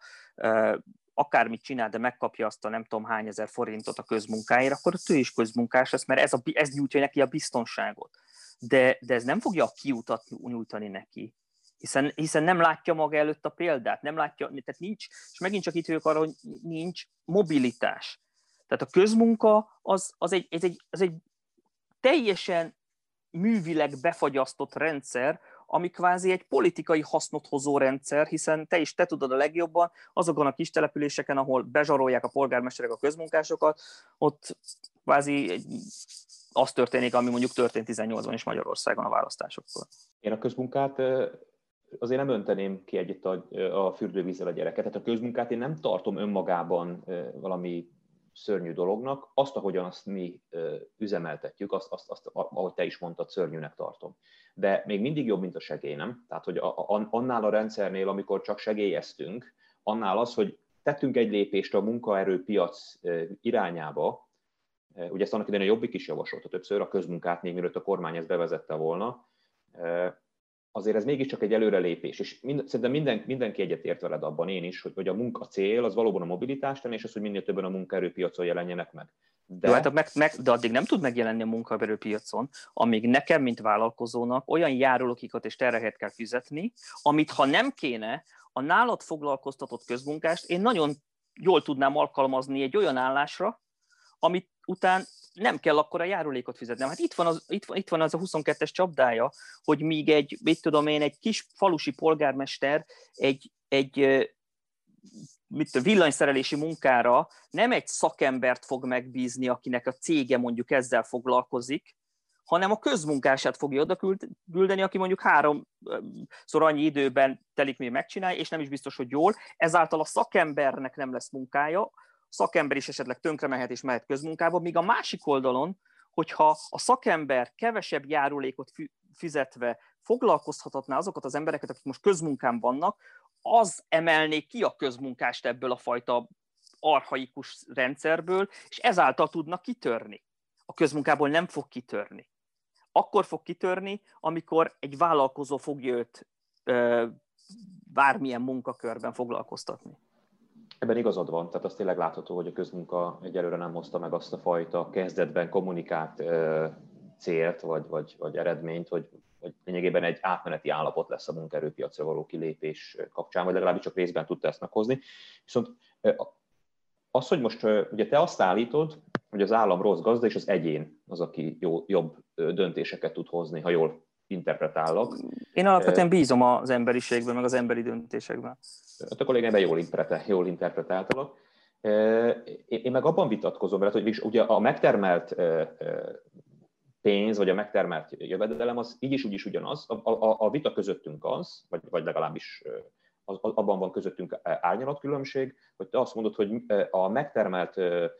akármit csinál, de megkapja azt a nem tudom hány ezer forintot a közmunkáért, akkor ő is közmunkás lesz, mert ez nyújtja neki a biztonságot. De ez nem fogja a kiutat nyújtani neki. Hiszen nem látja maga előtt a példát, nem látja, tehát nincs, és megint csak itt vagyok arra, hogy nincs mobilitás. Tehát a közmunka az egy teljesen művileg befagyasztott rendszer, ami kvázi egy politikai hasznot hozó rendszer, hiszen te tudod a legjobban, azokon a kis településeken, ahol bezsarolják a polgármesterek a közmunkásokat, ott kvázi az történik, ami mondjuk történt 18-ban is Magyarországon a választásokkor. Én a közmunkát azért nem önteném ki együtt a fürdővízzel a gyereket. Tehát a közmunkát én nem tartom önmagában valami szörnyű dolognak. Azt, ahogyan azt mi üzemeltetjük, azt, ahogy te is mondtad, szörnyűnek tartom. De még mindig jobb, mint a segély, nem? Tehát, hogy annál a rendszernél, amikor csak segélyeztünk, annál az, hogy tettünk egy lépést a munkaerőpiac irányába, ugye ezt annak idején a Jobbik is javasolta többször, a közmunkát, még mielőtt a kormány ezt bevezette volna, azért ez mégiscsak egy előrelépés, és szerintem mindenki egyetért veled abban, én is, hogy a munka cél az valóban a mobilitás lenne, és az, hogy minél többen a munkaerőpiacon jelenjenek meg. Jó, hát de addig nem tud megjelenni a munkaerőpiacon, amíg nekem, mint vállalkozónak olyan járulékokat és terheket kell fizetni, amit ha nem kéne, a nálad foglalkoztatott közmunkást én nagyon jól tudnám alkalmazni egy olyan állásra, amit után nem kell akkor a járulékot fizetnem. Hát itt van az a 22-es csapdája, hogy míg egy kis falusi polgármester egy villanyszerelési munkára nem egy szakembert fog megbízni, akinek a cége mondjuk ezzel foglalkozik, hanem a közmunkását fogja oda küldeni, aki mondjuk 3-szor annyi időben telik, még megcsinálja, és nem is biztos, hogy jól. Ezáltal a szakembernek nem lesz munkája, a szakember is esetleg tönkre mehet és mehet közmunkába, míg a másik oldalon, hogyha a szakember kevesebb járulékot fizetve foglalkoztathatná azokat az embereket, akik most közmunkán vannak, az emelné ki a közmunkást ebből a fajta archaikus rendszerből, és ezáltal tudna kitörni. A közmunkából nem fog kitörni. Akkor fog kitörni, amikor egy vállalkozó fogja őt bármilyen munkakörben foglalkoztatni. Ebben igazad van, tehát az tényleg látható, hogy a közmunka egyelőre nem hozta meg azt a fajta kezdetben kommunikált célt vagy eredményt, hogy lényegében egy átmeneti állapot lesz a munkaerőpiacra való kilépés kapcsán, vagy legalábbis csak részben tudta ezt meghozni. Viszont az, hogy most ugye te azt állítod, hogy az állam rossz gazda, és az egyén az, aki jobb döntéseket tud hozni, ha jól interpretállak. Én alapvetően bízom az emberiségben, meg az emberi döntésekben. A kollégám jól interpretáltalak. Én meg abban vitatkozom, mert hogy ugye a megtermelt pénz, vagy a megtermelt jövedelem, az így is úgy is ugyanaz. A vita közöttünk az, vagy legalábbis abban van közöttünk árnyalatkülönbség, hogy te azt mondod, hogy a megtermelt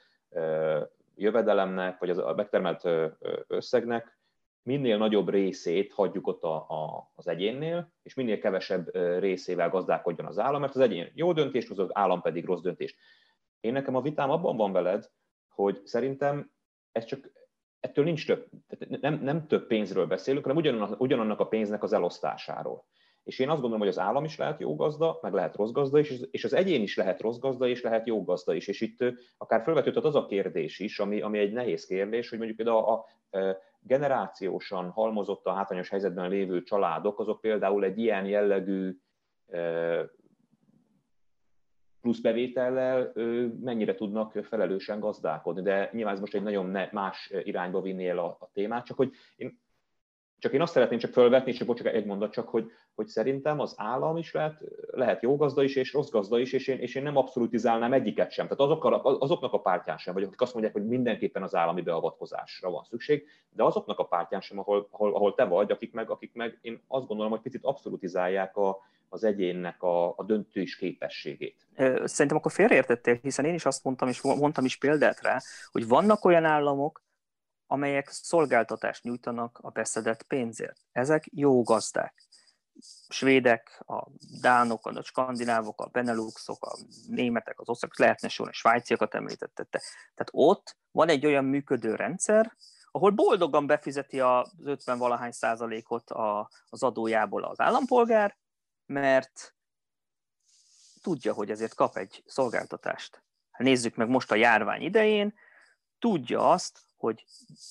jövedelemnek, vagy a megtermelt összegnek minél nagyobb részét hagyjuk ott az egyénnél, és minél kevesebb részével gazdálkodjon az állam, mert az egyén jó döntést hoz, az állam pedig rossz döntést. Én nekem a vitám abban van veled, hogy szerintem ez csak ettől nincs több, nem több pénzről beszélünk, hanem ugyanannak a pénznek az elosztásáról. És én azt gondolom, hogy az állam is lehet jó gazda, meg lehet rossz gazda is, és az egyén is lehet rossz gazda, és lehet jó gazda is. És itt akár felvetődhet az a kérdés is, ami egy nehéz kérdés, hogy mondjuk a generációsan halmozottan hátrányos helyzetben lévő családok, azok például egy ilyen jellegű plusz bevétellel mennyire tudnak felelősen gazdálkodni. De nyilván ez most egy nagyon más irányba vinni el a témát, csak hogy én azt szeretném csak felvetni, és csak egy mondat csak, hogy szerintem az állam is lehet jó gazda is, és rossz gazda is, és én nem abszolutizálnám egyiket sem. Tehát azoknak a pártján sem vagyok, akik azt mondják, hogy mindenképpen az állami beavatkozásra van szükség, de azoknak a pártján sem, ahol te vagy, akik meg én azt gondolom, hogy picit abszolutizálják az egyénnek a döntős képességét. Szerintem akkor félreértettél, hiszen én is azt mondtam, és mondtam is példát rá, hogy vannak olyan államok, amelyek szolgáltatást nyújtanak a beszedett pénzért. Ezek jó gazdák. Svédek, a dánok, a skandinávok, a beneluxok, a németek, az osztrákok, lehetne sorolni, a svájciakat említette. Tehát ott van egy olyan működő rendszer, ahol boldogan befizeti az 50-valahány százalékot az adójából az állampolgár, mert tudja, hogy ezért kap egy szolgáltatást. Nézzük meg most a járvány idején, tudja azt, hogy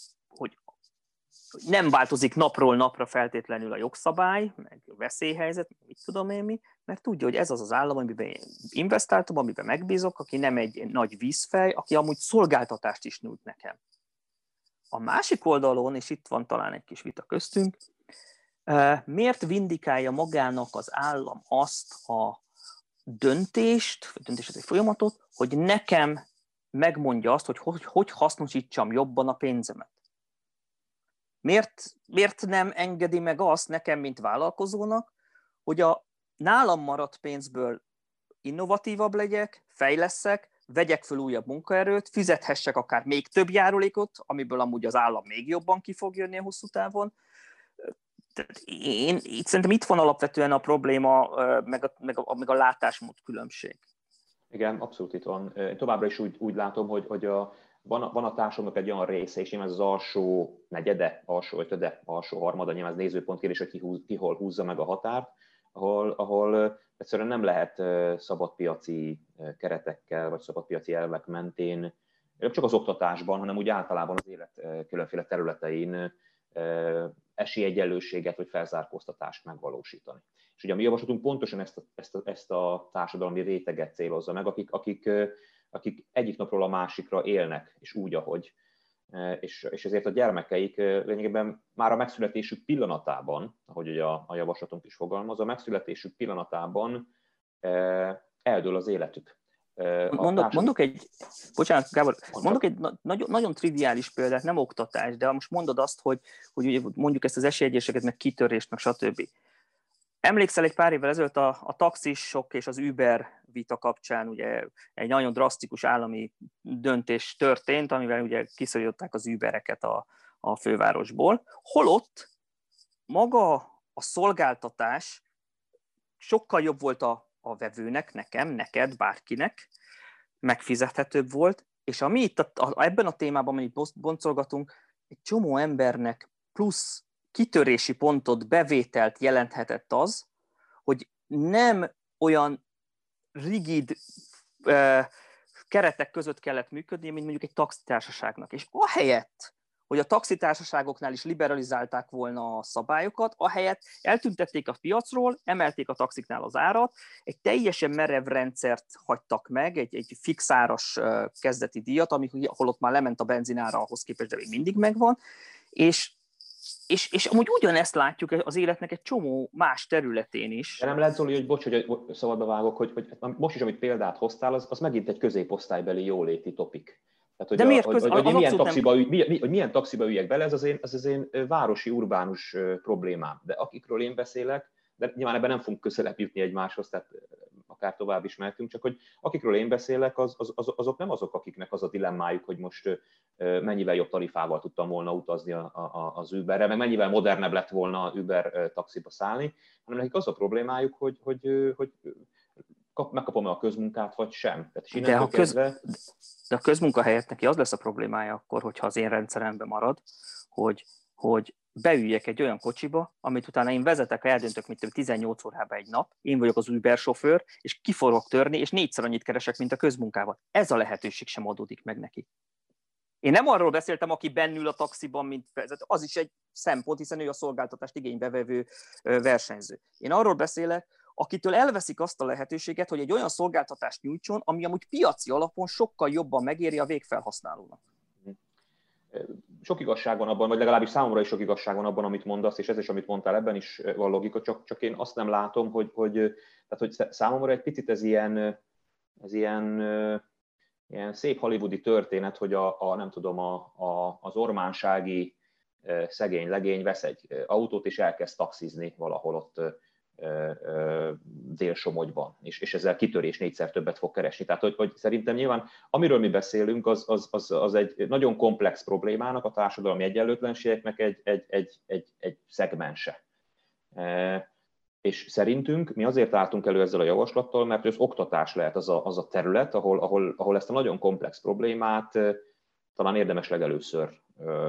nem változik napról napra feltétlenül a jogszabály, meg a veszélyhelyzet, mit tudom én mi, mert tudja, hogy ez az állam, amiben én investáltam, amiben megbízok, aki nem egy nagy vízfej, aki amúgy szolgáltatást is nyújt nekem. A másik oldalon, és itt van talán egy kis vita köztünk, miért vindikálja magának az állam azt a döntést, egy folyamatot, hogy nekem megmondja azt, hogy hasznosítsam jobban a pénzemet. Miért nem engedi meg azt nekem, mint vállalkozónak, hogy a nálam maradt pénzből innovatívabb legyek, fejlesszek, vegyek föl újabb munkaerőt, fizethessek akár még több járulékot, amiből amúgy az állam még jobban ki fog jönni a hosszú távon. Szerintem itt van alapvetően a probléma, meg a látásmód különbség. Igen, abszolút itt van. Én továbbra is úgy látom, hogy van a társadalomnak egy olyan része, és nyilván ez az alsó negyede, alsó ötöde, alsó harmada, nyilván ez nézőpont kérdés, hogy ki hol húzza meg a határt, ahol egyszerűen nem lehet szabadpiaci keretekkel, vagy szabadpiaci elvek mentén, nem csak az oktatásban, hanem úgy általában az élet különféle területein esélyegyenlőséget vagy felzárkóztatást megvalósítani. És ugye a mi javaslatunk pontosan ezt a társadalmi réteget célozza meg, akik egyik napról a másikra élnek, és úgy, ahogy. És ezért a gyermekeik lényegében már a megszületésük pillanatában, ahogy ugye a javaslatunk is fogalmaz, a megszületésük pillanatában eldől az életük. Mondok egy nagyon triviális példát, nem oktatás, de most mondod azt, hogy mondjuk ezt az esélyegyességet, meg kitörést, meg stb. Emlékszel, egy pár évvel ezelőtt a taxisok és az Uber vita kapcsán ugye egy nagyon drasztikus állami döntés történt, amivel ugye kiszorították az Ubereket a fővárosból. Holott maga a szolgáltatás sokkal jobb volt a vevőnek, nekem, neked, bárkinek, megfizethetőbb volt, és ami itt ebben a témában, amit boncolgatunk, egy csomó embernek plusz kitörési pontot, bevételt jelenthetett az, hogy nem olyan rigid keretek között kellett működni, mint mondjuk egy taxitársaságnak. És ahelyett, hogy a taxitársaságoknál is liberalizálták volna a szabályokat, ahelyett eltüntették a piacról, emelték a taxiknál az árat, egy teljesen merev rendszert hagytak meg, egy fix áras kezdeti díjat, ahol ott már lement a benzinára ahhoz képest, de még mindig megvan, és amúgy ugyanezt látjuk az életnek egy csomó más területén is. De nem lehet, Zoli, hogy bocs, hogy szabadba vágok, hogy most is, amit példát hoztál, az megint egy középosztálybeli jóléti topik. Tehát, hogy milyen taxiba üljek bele, ez az én városi, urbánus problémám. De akikről én beszélek, de nyilván ebben nem fogunk közelebb jutni egymáshoz, tehát akár tovább is mehetünk, csak hogy akikről én beszélek, azok nem azok, akiknek az a dilemmájuk, hogy most mennyivel jobb tarifával tudtam volna utazni az Uberre, meg mennyivel modernebb lett volna Uber taxiba szállni, hanem nekik az a problémájuk, hogy megkapom-e a közmunkát, vagy sem. Tehát de a közmunka helyett neki az lesz a problémája akkor, hogyha az én rendszeremben marad, hogy beüljek egy olyan kocsiba, amit utána én vezetek, eldöntök, mint 18 órában egy nap, én vagyok az Uber sofőr, és ki fogok törni, és 4-szer annyit keresek, mint a közmunkával. Ez a lehetőség sem adódik meg neki. Én nem arról beszéltem, aki bennül a taxiban, mint vezető, az is egy szempont, hiszen ő a szolgáltatást igénybevevő versenyző. Én arról beszélek, akitől elveszik azt a lehetőséget, hogy egy olyan szolgáltatást nyújtson, ami amúgy piaci alapon sokkal jobban megéri a végfelhasználónak. Sok igazság van abban, vagy legalábbis számomra is sok igazság van abban, amit mondasz, és ez is, amit mondtál, ebben is van logika, csak én azt nem látom, hogy számomra egy picit ez ilyen szép hollywoodi történet, hogy nem tudom, az ormánsági szegény legény vesz egy autót, és elkezd taxizni valahol ott Dél-Somogyban, és ezzel kitörés 4-szer többet fog keresni. Tehát, hogy szerintem nyilván, amiről mi beszélünk, az egy nagyon komplex problémának, a társadalmi egyenlőtlenségeknek egy szegmense. És szerintünk mi azért álltunk elő ezzel a javaslattal, mert az oktatás lehet az a terület, ahol ezt a nagyon komplex problémát talán érdemes legelőször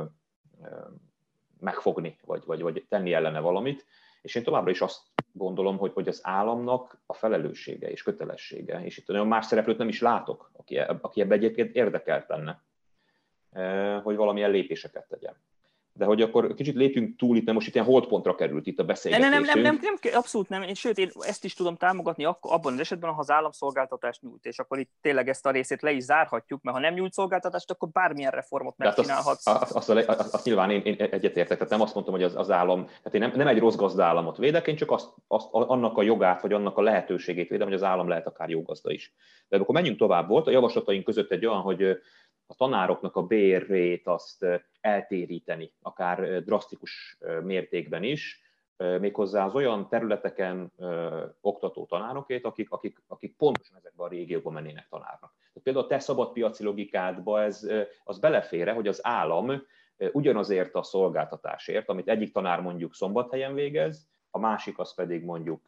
megfogni, vagy tenni ellene valamit. És én továbbra is azt gondolom, hogy az államnak a felelőssége és kötelessége, és itt nagyon más szereplőt nem is látok, aki ebben egyébként érdekelt lenne, hogy valamilyen lépéseket tegyen. De hogy akkor kicsit lépjünk túl itt, mert most itt ilyen holdpontra került itt a beszélgetésünk. Nem, abszolút nem. Sőt, én ezt is tudom támogatni abban az esetben, ha az állam szolgáltatást nyújt, és akkor itt tényleg ezt a részét le is zárhatjuk, mert ha nem nyújt szolgáltatást, akkor bármilyen reformot megcsinálhatsz. Azt nyilván én egyetértek, tehát nem azt mondtam, hogy az állam, tehát én nem egy rossz gazdaállamot védek, én csak annak a jogát, vagy annak a lehetőségét védem, hogy az állam lehet akár jó gazda is. De akkor menjünk tovább. Volt a javaslataink között egy olyan, hogy a tanároknak a bérét azt eltéríteni, akár drasztikus mértékben is, méghozzá az olyan területeken oktató tanárokét, akik pontosan ezekben a régiókban mennének tanárnak. Tehát például a te szabadpiaci logikádba az belefér, hogy az állam ugyanazért a szolgáltatásért, amit egyik tanár mondjuk Szombathelyen végez, a másik az pedig mondjuk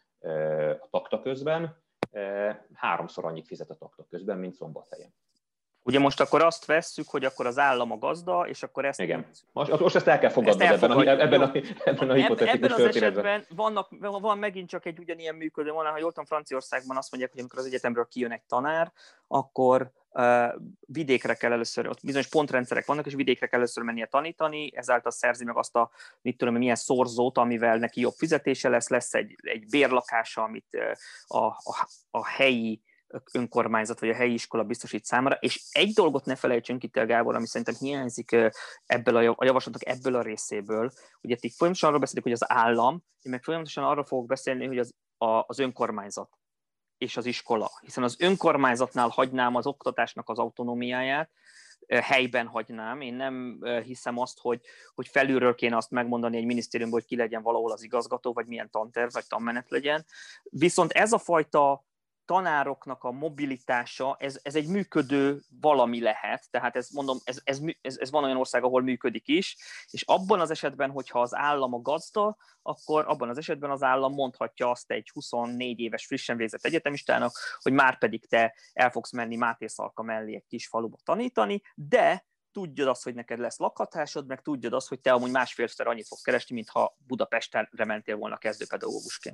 a takta közben, 3-szor annyit fizet a takta közben, mint Szombathelyen. Ugye most akkor azt vesszük, hogy akkor az állam a gazda, és akkor ezt... Igen. Most ezt el kell fogadnod ebben a hipotetikus történetben. Van megint csak egy ugyanilyen működő, ha jól tudom, Franciaországban azt mondják, hogy amikor az egyetemről kijön egy tanár, akkor vidékre kell először, ott bizonyos pontrendszerek vannak, és vidékre kell először mennie tanítani, ezáltal szerzi meg azt a, mit tudom, milyen szorzót, amivel neki jobb fizetése lesz egy bérlakása, amit a helyi önkormányzat vagy a helyi iskola biztosít számára, és egy dolgot ne felejtsünk itt el, Gábor, ami szerintem hiányzik ebből a javaslatok ebből a részéből. Ugye ti folyamatosan arról beszélik, hogy az állam, én meg folyamatosan arról fogok beszélni, hogy az önkormányzat és az iskola, hiszen az önkormányzatnál hagynám az oktatásnak az autonómiáját, helyben hagynám. Én nem hiszem azt, hogy felülről kéne azt megmondani egy minisztériumban, hogy ki legyen valahol az igazgató, vagy milyen tanterv, vagy tanmenet legyen. Viszont ez a fajta tanároknak a mobilitása, ez egy működő valami lehet, tehát ez van olyan ország, ahol működik is, és abban az esetben, hogyha az állam a gazda, akkor abban az esetben az állam mondhatja azt egy 24 éves frissen végzett egyetemistának, hogy már pedig te el fogsz menni Máté Szalka mellé egy kis faluba tanítani, de tudjad azt, hogy neked lesz lakhatásod, meg tudjad azt, hogy te amúgy másfélszer annyit fogsz keresni, mintha Budapestre mentél volna kezdőpedagógusként.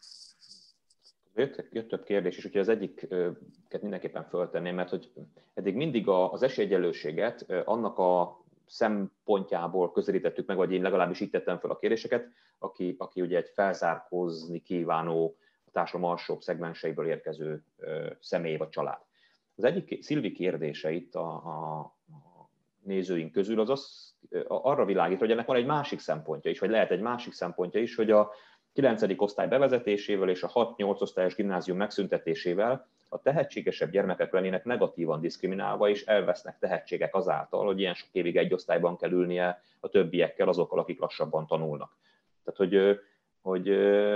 Jött több kérdés, és ugye az egyiket mindenképpen föltenném, mert hogy eddig mindig az esélyegyenlőséget annak a szempontjából közelítettük meg, vagy én legalábbis így tettem fel a kérdéseket, aki ugye egy felzárkózni kívánó, a társadalom alsóbb szegmenseiből érkező személy vagy család. Az egyik Szilvi kérdése itt a nézőink közül az arra világít, hogy ennek van egy másik szempontja is, vagy lehet egy másik szempontja is, hogy a 9. osztály bevezetésével és a 6-8 osztályos gimnázium megszüntetésével a tehetségesebb gyermekek lennének negatívan diszkriminálva, és elvesznek tehetségek azáltal, hogy ilyen sok évig egy osztályban kell ülnie a többiekkel, azokkal, akik lassabban tanulnak. Tehát, hogy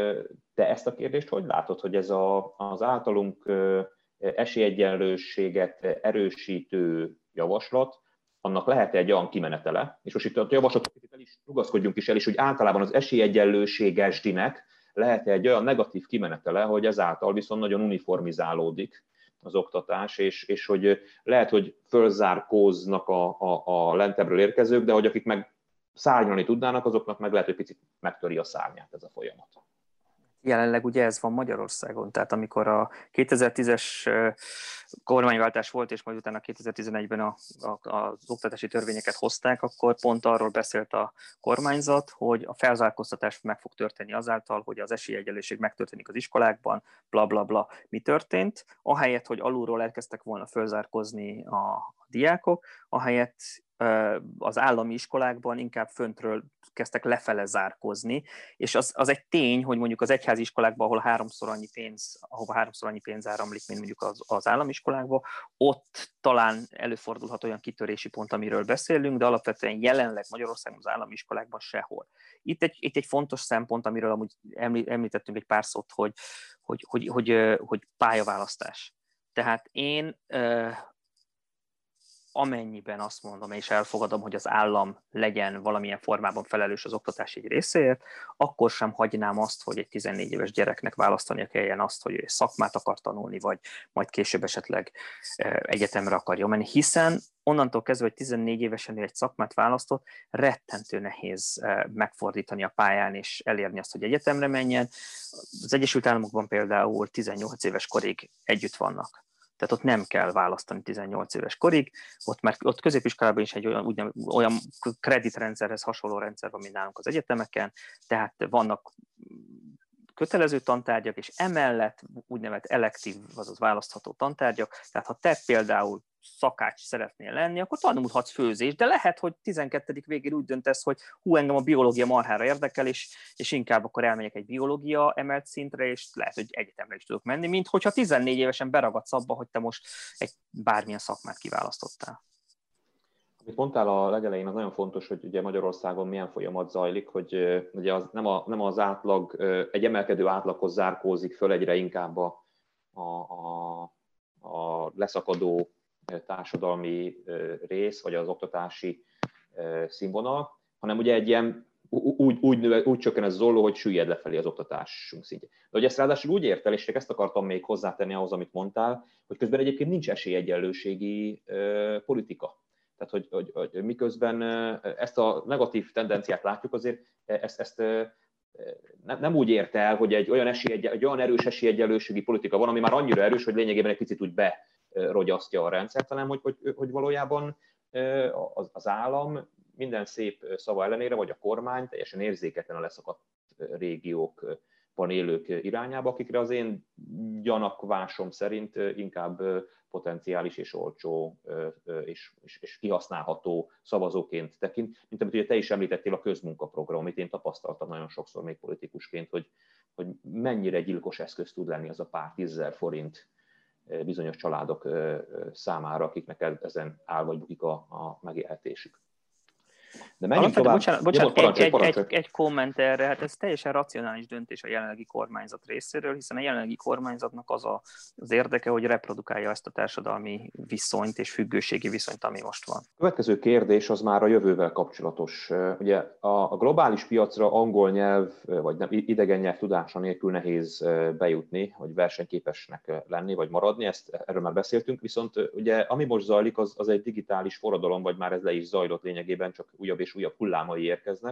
te ezt a kérdést hogy látod, hogy ez az általunk esélyegyenlőséget erősítő javaslat, annak lehet egy olyan kimenetele, és most itt a javaslatok rugaszkodjunk is el is, hogy általában az esélyegyenlőségesdinek lehet egy olyan negatív kimenetele, hogy ezáltal viszont nagyon uniformizálódik az oktatás, és hogy lehet, hogy fölzárkóznak a lentebbről érkezők, de hogy akik meg szárnyalni tudnának, azoknak meg lehet, hogy picit megtöri a szárnyát ez a folyamat. Jelenleg ugye ez van Magyarországon, tehát amikor a 2010-es kormányváltás volt, és majd utána 2011-ben az oktatási törvényeket hozták, akkor pont arról beszélt a kormányzat, hogy a felzárkóztatás meg fog történni azáltal, hogy az esélyegyenlőség megtörténik az iskolákban, bla bla bla. Mi történt? Ahelyett, hogy alulról elkezdtek volna felzárkózni a diákok, ahelyett az állami iskolákban inkább föntről kezdtek lefele zárkózni, és az egy tény, hogy mondjuk az egyházi iskolákban, ahova háromszor annyi pénz áramlik, mint mondjuk az állami iskolákban, ott talán előfordulhat olyan kitörési pont, amiről beszélünk, de alapvetően jelenleg Magyarországon az állami iskolákban sehol. Itt egy fontos szempont, amiről amúgy említettünk egy pár szót, hogy pályaválasztás. Tehát én amennyiben azt mondom és elfogadom, hogy az állam legyen valamilyen formában felelős az oktatás egy részéért, akkor sem hagynám azt, hogy egy 14 éves gyereknek választania kelljen azt, hogy ő szakmát akar tanulni, vagy majd később esetleg egyetemre akarja menni, hiszen onnantól kezdve, hogy 14 évesen egy szakmát választott, rettentő nehéz megfordítani a pályán és elérni azt, hogy egyetemre menjen. Az Egyesült Államokban például 18 éves korig együtt vannak. Tehát ott nem kell választani 18 éves korig, ott középiskolában is egy olyan kreditrendszerhez hasonló rendszer van, mint nálunk az egyetemeken, tehát vannak kötelező tantárgyak, és emellett úgynevezett elektív, azaz választható tantárgyak, tehát ha te például szakács szeretnél lenni, akkor tanulhatsz főzést, de lehet, hogy 12. végén úgy döntesz, hogy engem a biológia marhára érdekel, és inkább akkor elmegyek egy biológia emelt szintre, és lehet, hogy egyetemre is tudok menni, mint hogyha 14 évesen beragadsz abba, hogy te most egy bármilyen szakmát kiválasztottál. Amit mondtál a legelején, az nagyon fontos, hogy ugye Magyarországon milyen folyamat zajlik, hogy ugye nem az átlag, egy emelkedő átlaghoz zárkózik föl egyre inkább a leszakadó társadalmi rész, vagy az oktatási színvonal, hanem ugye egy ilyen úgy csökken ez az olló, hogy süllyed lefelé az oktatásunk szintje. De hogy ezt ráadásul úgy ért el, és ezt akartam még hozzátenni ahhoz, amit mondtál, hogy közben egyébként nincs esélyegyenlőségi politika. Tehát, hogy miközben ezt a negatív tendenciát látjuk, azért ezt nem úgy ért el, hogy egy olyan erős esélyegyenlőségi politika van, ami már annyira erős, hogy lényegében egy picit úgy berogyasztja a rendszert, hanem hogy valójában az állam minden szép szava ellenére, vagy a kormány teljesen érzéketlen a leszakadt régiókban élők irányába, akikre az én gyanakvásom szerint inkább potenciális és olcsó és kihasználható szavazóként tekint, mint amit ugye te is említettél, a közmunkaprogram, amit én tapasztaltam nagyon sokszor még politikusként, hogy mennyire gyilkos eszköz tud lenni az a pár 10 000 forint bizonyos családok számára, akiknek ezen áll vagy bukik a megélhetésük. De menjünk tovább. Bocsánat, egy komment erre, hát ez teljesen racionális döntés a jelenlegi kormányzat részéről, hiszen a jelenlegi kormányzatnak az érdeke, hogy reprodukálja ezt a társadalmi viszonyt és függőségi viszonyt, ami most van. A következő kérdés az már a jövővel kapcsolatos. Ugye a globális piacra angol nyelv, vagy idegen nyelv tudása nélkül nehéz bejutni, vagy versenyképesnek lenni, vagy maradni, erről már beszéltünk, viszont ugye ami most zajlik, az egy digitális forradalom, vagy már ez le is zajlott lényegében, csak újabb és újabb hullámai érkeznek.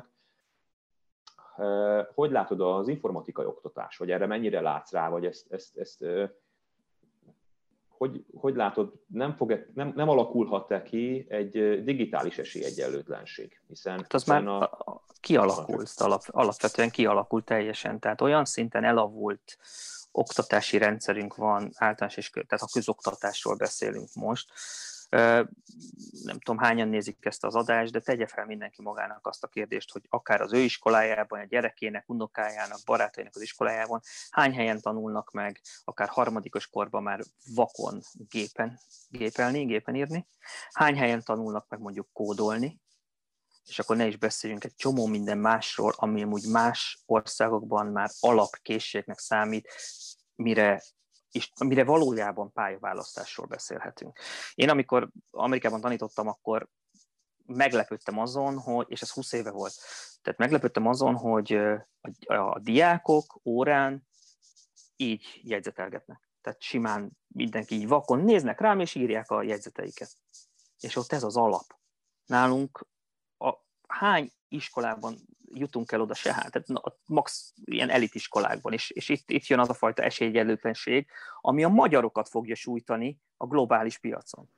Hogy látod az informatikai oktatás, vagy erre mennyire látsz rá, vagy ezt hogy látod, nem alakulhat-e ki egy digitális esélyegyenlőtlenség? Hiszen hát az már kialakult, alapvetően kialakult teljesen, tehát olyan szinten elavult oktatási rendszerünk van, általános és tehát a közoktatásról beszélünk most. Nem tudom, hányan nézik ezt az adást, de tegye fel mindenki magának azt a kérdést, hogy akár az ő iskolájában, a gyerekének, unokájának, barátainak az iskolájában hány helyen tanulnak meg, akár harmadikos korban már vakon gépen írni, hány helyen tanulnak meg mondjuk kódolni, és akkor ne is beszéljünk egy csomó minden másról, ami amúgy más országokban már alapkészségnek számít, mire valójában pályaválasztásról beszélhetünk. Én amikor Amerikában tanítottam, akkor meglepődtem azon, és ez 20 éve volt, tehát meglepődtem azon, hogy a diákok órán így jegyzetelgetnek. Tehát simán mindenki így vakon néznek rám, és írják a jegyzeteiket. És ott ez az alap. Nálunk hány iskolában jutunk el oda se, tehát max ilyen elitiskolákban, és itt jön az a fajta esélyegyenlőtlenség, ami a magyarokat fogja sújtani a globális piacon.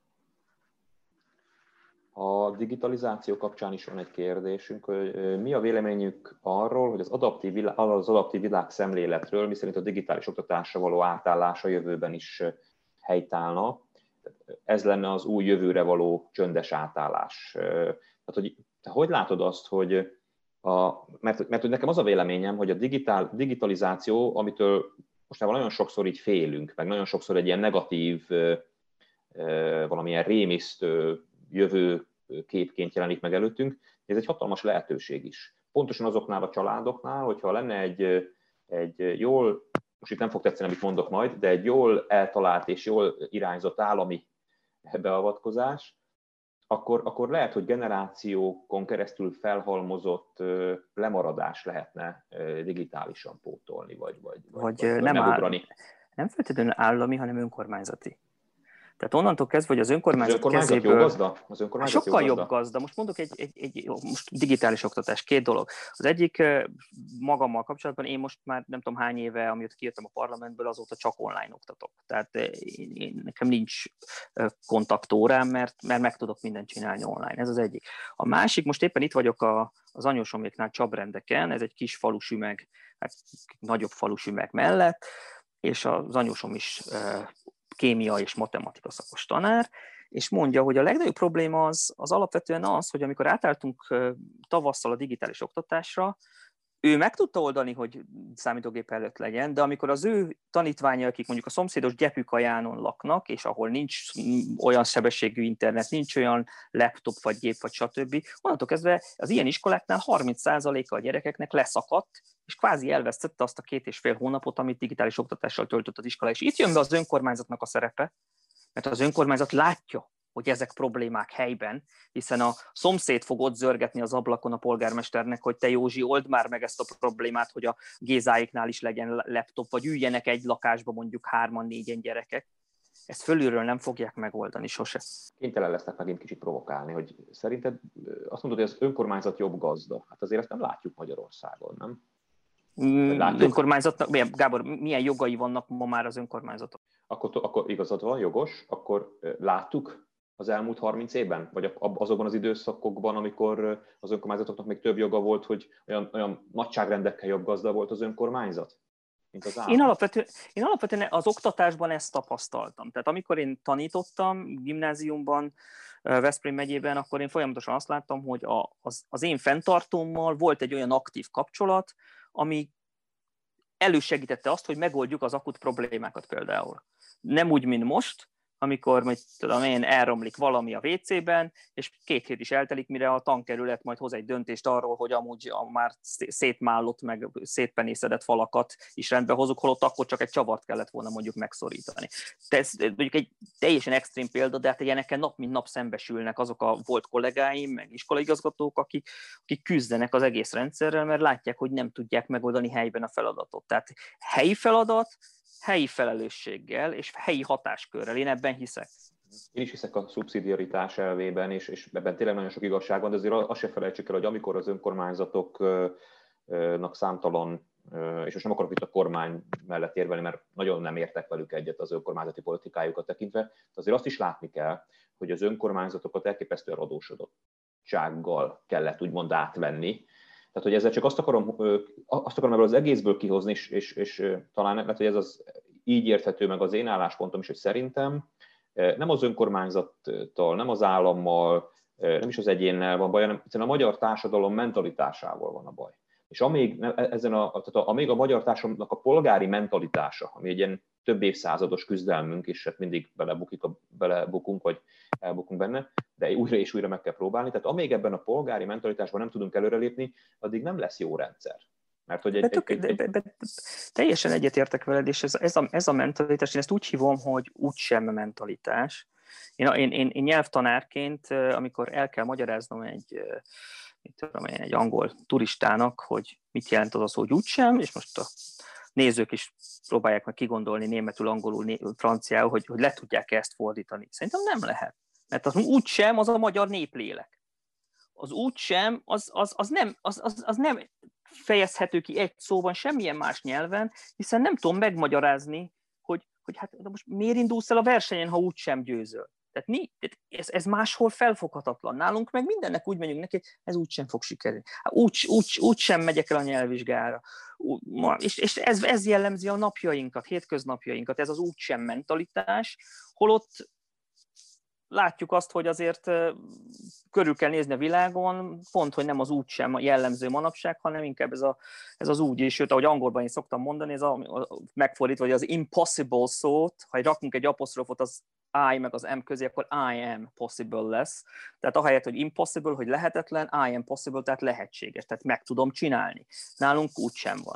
A digitalizáció kapcsán is van egy kérdésünk, hogy mi a véleményük arról, hogy az adaptív világszemléletről, miszerint a digitális oktatásra való átállás a jövőben is helytállna. Ez lenne az új jövőre való csöndes átállás. Tehát, hogy látod azt, hogy mert nekem az a véleményem, hogy a digitalizáció, amitől most nagyon sokszor így félünk, meg nagyon sokszor egy ilyen negatív, valamilyen rémisztő jövőképként jelenik meg előttünk, ez egy hatalmas lehetőség is. Pontosan azoknál a családoknál, hogyha lenne egy jól, most itt nem fog tetszeni, amit mondok majd, de egy jól eltalált és jól irányzott állami beavatkozás, akkor lehet, hogy generációkon keresztül felhalmozott lemaradás lehetne digitálisan pótolni, vagy megugrani. Nem feltétlenül állami, hanem önkormányzati. Tehát onnantól kezdve, hogy az önkormányzat kezéből... Jó gazda? Sokkal jobb gazda. Most mondok most digitális oktatás, 2 dolog. Az egyik magammal kapcsolatban, én most már nem tudom hány éve, amióta kijöttem a parlamentből, azóta csak online oktatok. Tehát nekem nincs kontaktórám, mert meg tudok mindent csinálni online. Ez az egyik. A másik, most éppen itt vagyok az anyósoméknál Csabrendeken, ez egy kis falusümeg, hát nagyobb falusümeg mellett, és az anyósom is kémia és matematika szakos tanár, és mondja, hogy a legnagyobb probléma az alapvetően az, hogy amikor átálltunk tavasszal a digitális oktatásra, ő meg tudta oldani, hogy számítógép előtt legyen, de amikor az ő tanítványai, akik mondjuk a szomszédos Gyepükajánon laknak, és ahol nincs olyan sebességű internet, nincs olyan laptop, vagy gép, vagy stb., onnantól kezdve az ilyen iskoláknál 30%-a a gyerekeknek leszakadt, és kvázi elvesztette azt a 2,5 hónapot, amit digitális oktatással töltött az iskola. És itt jön be az önkormányzatnak a szerepe, mert az önkormányzat látja, hogy ezek problémák helyben, hiszen a szomszéd fog ott zörgetni az ablakon a polgármesternek, hogy te Józsi, old már meg ezt a problémát, hogy a Gézáiknál is legyen laptop, vagy üljenek egy lakásba mondjuk 3-4 gyerekek. Ezt fölülről nem fogják megoldani sose. Kénytelen lesznek megint kicsit provokálni, hogy szerinted azt mondod, hogy az önkormányzat jobb gazda. Hát azért ezt nem látjuk Magyarországon, nem? Önkormányzatnak, Gábor, milyen jogai vannak ma már az önkormányzatok? Akkor igazad van, jogos, akkor láttuk az elmúlt 30 évben, vagy azokban az időszakokban, amikor az önkormányzatoknak még több joga volt, hogy olyan nagyságrendekkel jobb gazda volt az önkormányzat, mint az állam? Én alapvetően az oktatásban ezt tapasztaltam. Tehát amikor én tanítottam gimnáziumban, Veszprém megyében, akkor én folyamatosan azt láttam, hogy az én fenntartómmal volt egy olyan aktív kapcsolat, ami elősegítette azt, hogy megoldjuk az akut problémákat például. Nem úgy, mint most, amikor elromlik valami a WC-ben, és 2 hét is eltelik, mire a tankerület majd hoz egy döntést arról, hogy amúgy a már szétmállott, meg szétpenészedett falakat is rendbe hozunk, holott akkor csak egy csavart kellett volna mondjuk megszorítani. Ez mondjuk egy teljesen extrém példa, de hát ilyenekkel nap mint nap szembesülnek azok a volt kollégáim, meg iskolaigazgatók, akik küzdenek az egész rendszerrel, mert látják, hogy nem tudják megoldani helyben a feladatot. Tehát helyi feladat, helyi felelősséggel és helyi hatáskörrel. Én ebben hiszek. Én is hiszek a szubszidiaritás elvében, és ebben tényleg nagyon sok igazság van, de azért azt se felejtsük el, hogy amikor az önkormányzatoknak számtalan, és most nem akarok itt a kormány mellett érvelni, mert nagyon nem értek velük egyet az önkormányzati politikájukat tekintve, de azért azt is látni kell, hogy az önkormányzatokat elképesztően adósodottsággal kellett úgymond átvenni. Tehát, hogy ezzel csak azt akarom ebből az egészből kihozni, és talán lehet, hogy ez az így érthető meg az én álláspontom is, hogy szerintem nem az önkormányzattal, nem az állammal, nem is az egyénnel van baj, hanem a magyar társadalom mentalitásával van a baj. És amíg a magyar társadalomnak a polgári mentalitása, ami egy ilyen több évszázados küzdelmünk, és hát mindig belebukunk, vagy elbukunk benne, de újra és újra meg kell próbálni. Tehát amíg ebben a polgári mentalitásban nem tudunk előrelépni, addig nem lesz jó rendszer. Mert hogy teljesen egyetértek veled, és ez a mentalitás, én ezt úgy hívom, hogy úgysem mentalitás. Én nyelvtanárként, amikor el kell magyaráznom egy angol turistának, hogy mit jelent az, hogy úgysem, és most a nézők is próbálják meg kigondolni németül, angolul, franciául, hogy le tudják ezt fordítani. Szerintem nem lehet. Mert az úgysem az a magyar néplélek. Az úgysem az nem fejezhető ki egy szóban semmilyen más nyelven, hiszen nem tudom megmagyarázni, hogy hát de most miért indulsz el a versenyen, ha úgysem győzöl. Tehát ez máshol felfoghatatlan. Nálunk meg mindennek úgy megyünk neki, ez úgysem fog sikerülni. Úgysem megyek el a nyelvvizsgára. És ez jellemzi a napjainkat, hétköznapjainkat, ez az úgysem mentalitás, holott látjuk azt, hogy azért körül kell nézni a világon, pont, hogy nem az úgysem jellemző manapság, hanem inkább ez az úgy is, sőt, ahogy angolban én szoktam mondani, ez megfordítva, hogy az impossible szót, ha rakunk egy apostrofot az I meg az M közé, akkor I am possible lesz. Tehát ahelyett, hogy impossible, hogy lehetetlen, I am possible, tehát lehetséges, tehát meg tudom csinálni. Nálunk úgysem van.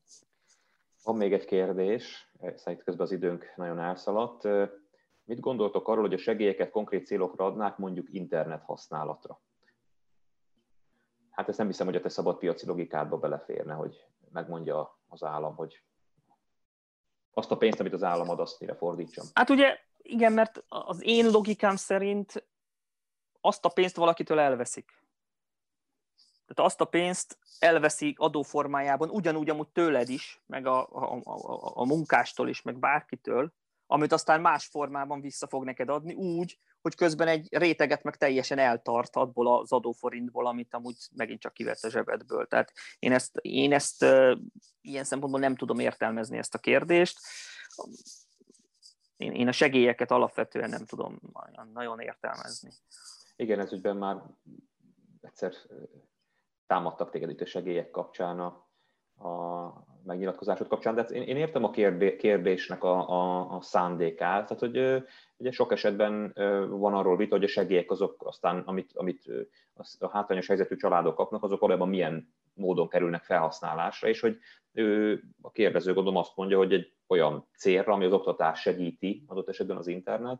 Van még egy kérdés, szerint közben az időnk nagyon elszaladt. Mit gondoltok arról, hogy a segélyeket konkrét célokra adnák, mondjuk internet használatra? Hát ezt nem hiszem, hogy a te szabad piaci logikádba beleférne, hogy megmondja az állam, hogy azt a pénzt, amit az állam ad, azt mire fordítsam. Hát ugye, igen, mert az én logikám szerint azt a pénzt valakitől elveszik. Tehát azt a pénzt elveszik adóformájában, ugyanúgy amúgy tőled is, meg a munkástól is, meg bárkitől, amit aztán más formában vissza fog neked adni, úgy, hogy közben egy réteget meg teljesen eltart abból az adóforintból, amit amúgy megint csak kivett a zsebedből. Tehát én ezt ilyen szempontból nem tudom értelmezni ezt a kérdést. Én a segélyeket alapvetően nem tudom nagyon értelmezni. Igen, ez ügyben már egyszer támadtak téged itt a segélyek kapcsán, a megnyilatkozásod kapcsán, de én értem a kérdésnek a szándékát, tehát hogy ugye sok esetben van arról vita, hogy a segélyek azok aztán, amit a hátrányos helyzetű családok kapnak, azok valójában milyen módon kerülnek felhasználásra, és hogy a kérdező gondolom azt mondja, hogy egy olyan célra, ami az oktatás segíti, adott esetben az internet,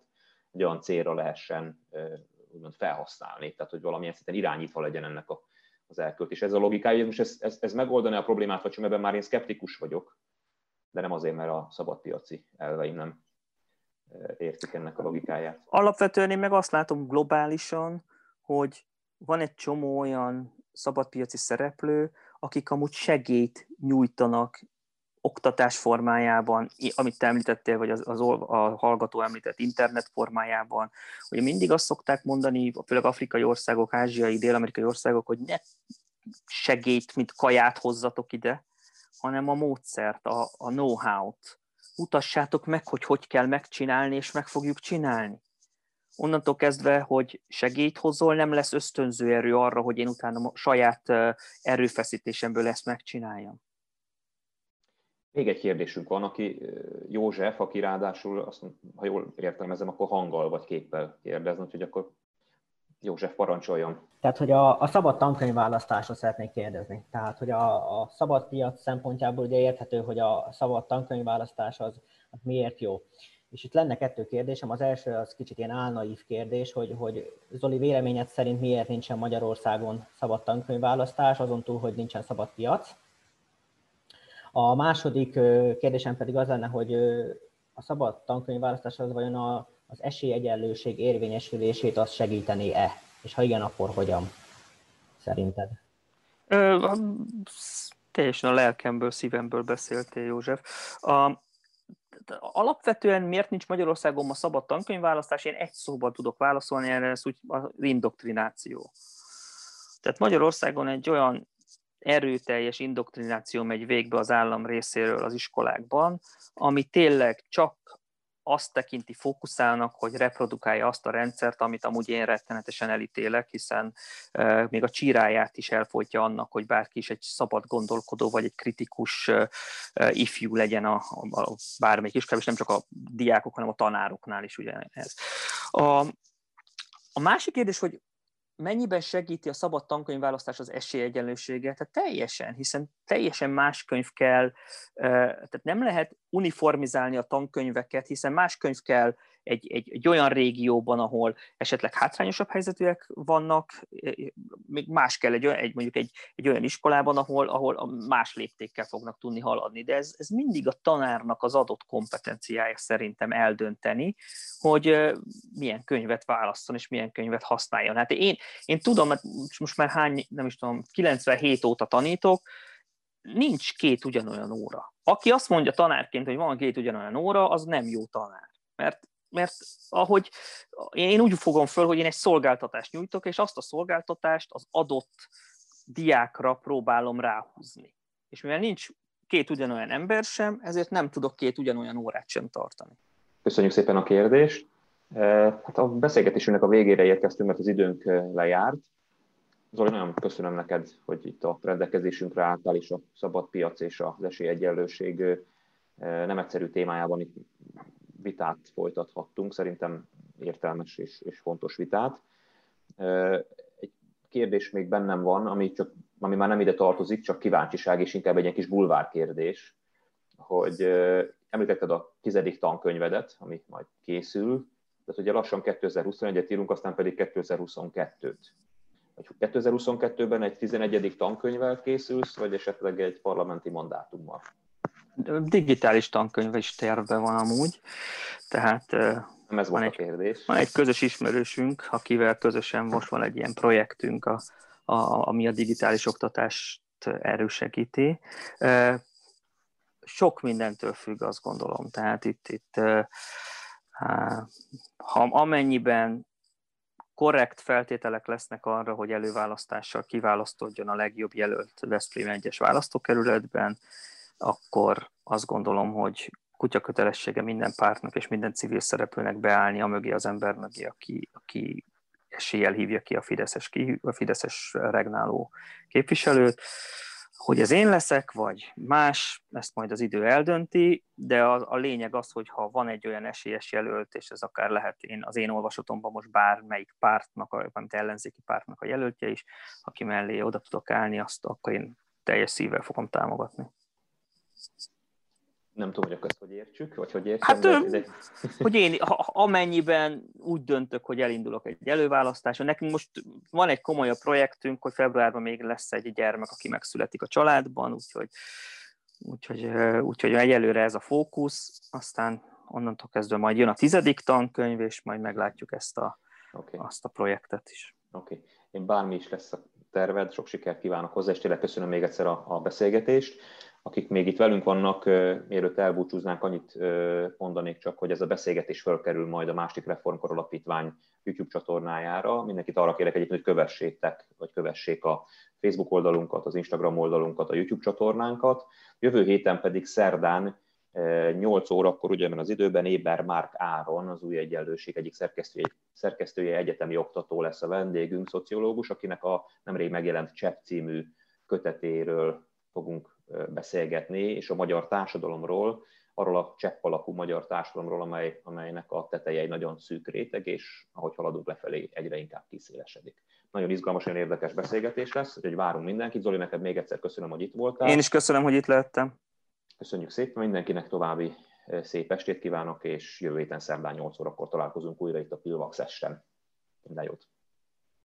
egy olyan célra lehessen úgymond felhasználni, tehát hogy valamilyen szinten irányítva legyen ennek az elköltés. Ez a logikája, most ez megoldani a problémát, vagy sem, ebben már én szkeptikus vagyok, de nem azért, mert a szabadpiaci elveim nem értik ennek a logikáját. Alapvetően én meg azt látom globálisan, hogy van egy csomó olyan szabadpiaci szereplő, akik amúgy segélyt nyújtanak oktatás formájában, amit te említettél, vagy a hallgató említett internet formájában. Ugye mindig azt szokták mondani, főleg afrikai országok, ázsiai, dél-amerikai országok, hogy ne segélyt, mint kaját hozzatok ide, hanem a módszert, a know-how-t. Mutassátok meg, hogy kell megcsinálni, és meg fogjuk csinálni. Onnantól kezdve, hogy segélyt hozol, nem lesz ösztönző erő arra, hogy én utána a saját erőfeszítésemből ezt megcsináljam. Még egy kérdésünk van, aki József, aki ráadásul, azt, ha jól értelmezem, akkor hanggal vagy képpel kérdezne, úgyhogy akkor József, parancsoljon. Tehát, hogy a szabad tankönyvválasztásra szeretnék kérdezni. Tehát, hogy a szabad piac szempontjából ugye érthető, hogy a szabad tankönyvválasztás az miért jó. És itt lenne 2 kérdésem. Az első az kicsit ilyen álnaív kérdés, hogy Zoli, véleményed szerint miért nincsen Magyarországon szabad tankönyvválasztás, azon túl, hogy nincsen szabad piac. A második kérdésem pedig az lenne, hogy a szabad tankönyvválasztás az vajon az esélyegyenlőség érvényesülését azt segíteni-e? És ha igen, akkor hogyan? Szerinted? Teljesen a lelkemből, szívemből beszéltél, József. Alapvetően miért nincs Magyarországon ma szabad tankönyvválasztás? Én egy szóban tudok válaszolni erre, ez úgy az indoktrináció. Tehát Magyarországon egy olyan erőteljes indoktrináció megy végbe az állam részéről az iskolákban, ami tényleg csak azt tekinti fókuszálnak, hogy reprodukálja azt a rendszert, amit amúgy én rettenetesen elítélek, hiszen még a csíráját is elfolytja annak, hogy bárki is egy szabad gondolkodó, vagy egy kritikus ifjú legyen a bármelyik iskolában, és nem csak a diákok, hanem a tanároknál is ugyanez. A másik kérdés, hogy mennyiben segíti a szabad tankönyvválasztás az esélyegyenlőséget? Tehát teljesen, hiszen teljesen más könyv kell, tehát nem lehet uniformizálni a tankönyveket, hiszen más könyv kell egy olyan régióban, ahol esetleg hátrányosabb helyzetűek vannak, még más kell mondjuk egy olyan iskolában, ahol más léptékkel fognak tudni haladni. De ez mindig a tanárnak az adott kompetenciája szerintem eldönteni, hogy milyen könyvet válasszon és milyen könyvet használjon. Hát én tudom, mert most már 97 óta tanítok, nincs 2 ugyanolyan óra. Aki azt mondja tanárként, hogy van 2 ugyanolyan óra, az nem jó tanár. Mert ahogy én úgy fogom föl, hogy én egy szolgáltatást nyújtok, és azt a szolgáltatást az adott diákra próbálom ráhúzni. És mivel nincs 2 ugyanolyan ember sem, ezért nem tudok 2 ugyanolyan órát sem tartani. Köszönjük szépen a kérdést. Hát a beszélgetésünknek a végére érkeztünk, mert az időnk lejárt. Zoli, nagyon köszönöm neked, hogy itt a rendelkezésünkre álltál, és a szabad piac és az esélyegyenlőség nem egyszerű témájában itt vitát folytathattunk, szerintem értelmes és fontos vitát. Egy kérdés még bennem van, ami már nem ide tartozik, csak kíváncsiság, és inkább egy ilyen kis bulvár kérdés, hogy említetted a 10. tankönyvedet, ami majd készül, tehát ugye lassan 2021-et írunk, aztán pedig 2022-t. 2022-ben egy 11. tankönyvvel készülsz, vagy esetleg egy parlamenti mandátummal? Digitális tankönyv is tervben van amúgy, tehát nem ez volt a kérdés. Van egy közös ismerősünk, akivel közösen most van egy ilyen projektünk, ami a digitális oktatást erősegíti. Sok mindentől függ, azt gondolom. Tehát itt ha amennyiben korrekt feltételek lesznek arra, hogy előválasztással kiválasztódjon a legjobb jelölt Veszprém 1-es választókerületben, akkor azt gondolom, hogy kutyakötelessége minden pártnak és minden civil szereplőnek beállni amögé az ember mögé, aki eséllyel hívja ki a fideszes regnáló képviselőt. Hogy ez én leszek, vagy más, ezt majd az idő eldönti, de a lényeg az, hogy ha van egy olyan esélyes jelölt, és ez akár lehet az én olvasatomban most bármelyik pártnak, valamint ellenzéki pártnak a jelöltje is, aki mellé oda tudok állni, azt akkor én teljes szívvel fogom támogatni. Nem tudom, hogy ezt hogy értsük, vagy hogy értsem. Hát, hogy én amennyiben úgy döntök, hogy elindulok egy előválasztáson, nekünk most van egy komolyabb projektünk, hogy februárban még lesz egy gyermek, aki megszületik a családban, úgyhogy egyelőre ez a fókusz, aztán onnantól kezdve majd jön a 10. tankönyv, és majd meglátjuk azt a projektet is. Oké. Én bármi is lesz a terved, sok sikert kívánok hozzá, és tényleg köszönöm még egyszer a beszélgetést. Akik még itt velünk vannak, mielőtt elbúcsúznánk, annyit mondanék csak, hogy ez a beszélgetés felkerül majd a Másik Reformkor Alapítvány YouTube csatornájára. Mindenkit arra kérek egyébként, hogy kövessétek, vagy kövessék a Facebook oldalunkat, az Instagram oldalunkat, a YouTube csatornánkat. Jövő héten pedig szerdán 8 órakor ugyanebben az időben Éber Márk Áron, az Új Egyenlőség egyik szerkesztője, egyetemi oktató lesz a vendégünk, szociológus, akinek a nemrég megjelent Csepp című kötetéről fogunk beszélgetni, és a magyar társadalomról, arról a csepp alakú magyar társadalomról, amelynek a tetejei nagyon szűk réteg, és ahogy haladunk lefelé, egyre inkább kiszélesedik. Nagyon izgalmas, nagyon érdekes beszélgetés lesz, úgyhogy várunk mindenkit. Zoli, neked még egyszer köszönöm, hogy itt voltál. Én is köszönöm, hogy itt lehettem. Köszönjük szépen, mindenkinek további szép estét kívánok, és jövő héten szerdán 8 órakor találkozunk újra itt a Pilvax esten. Minden jót!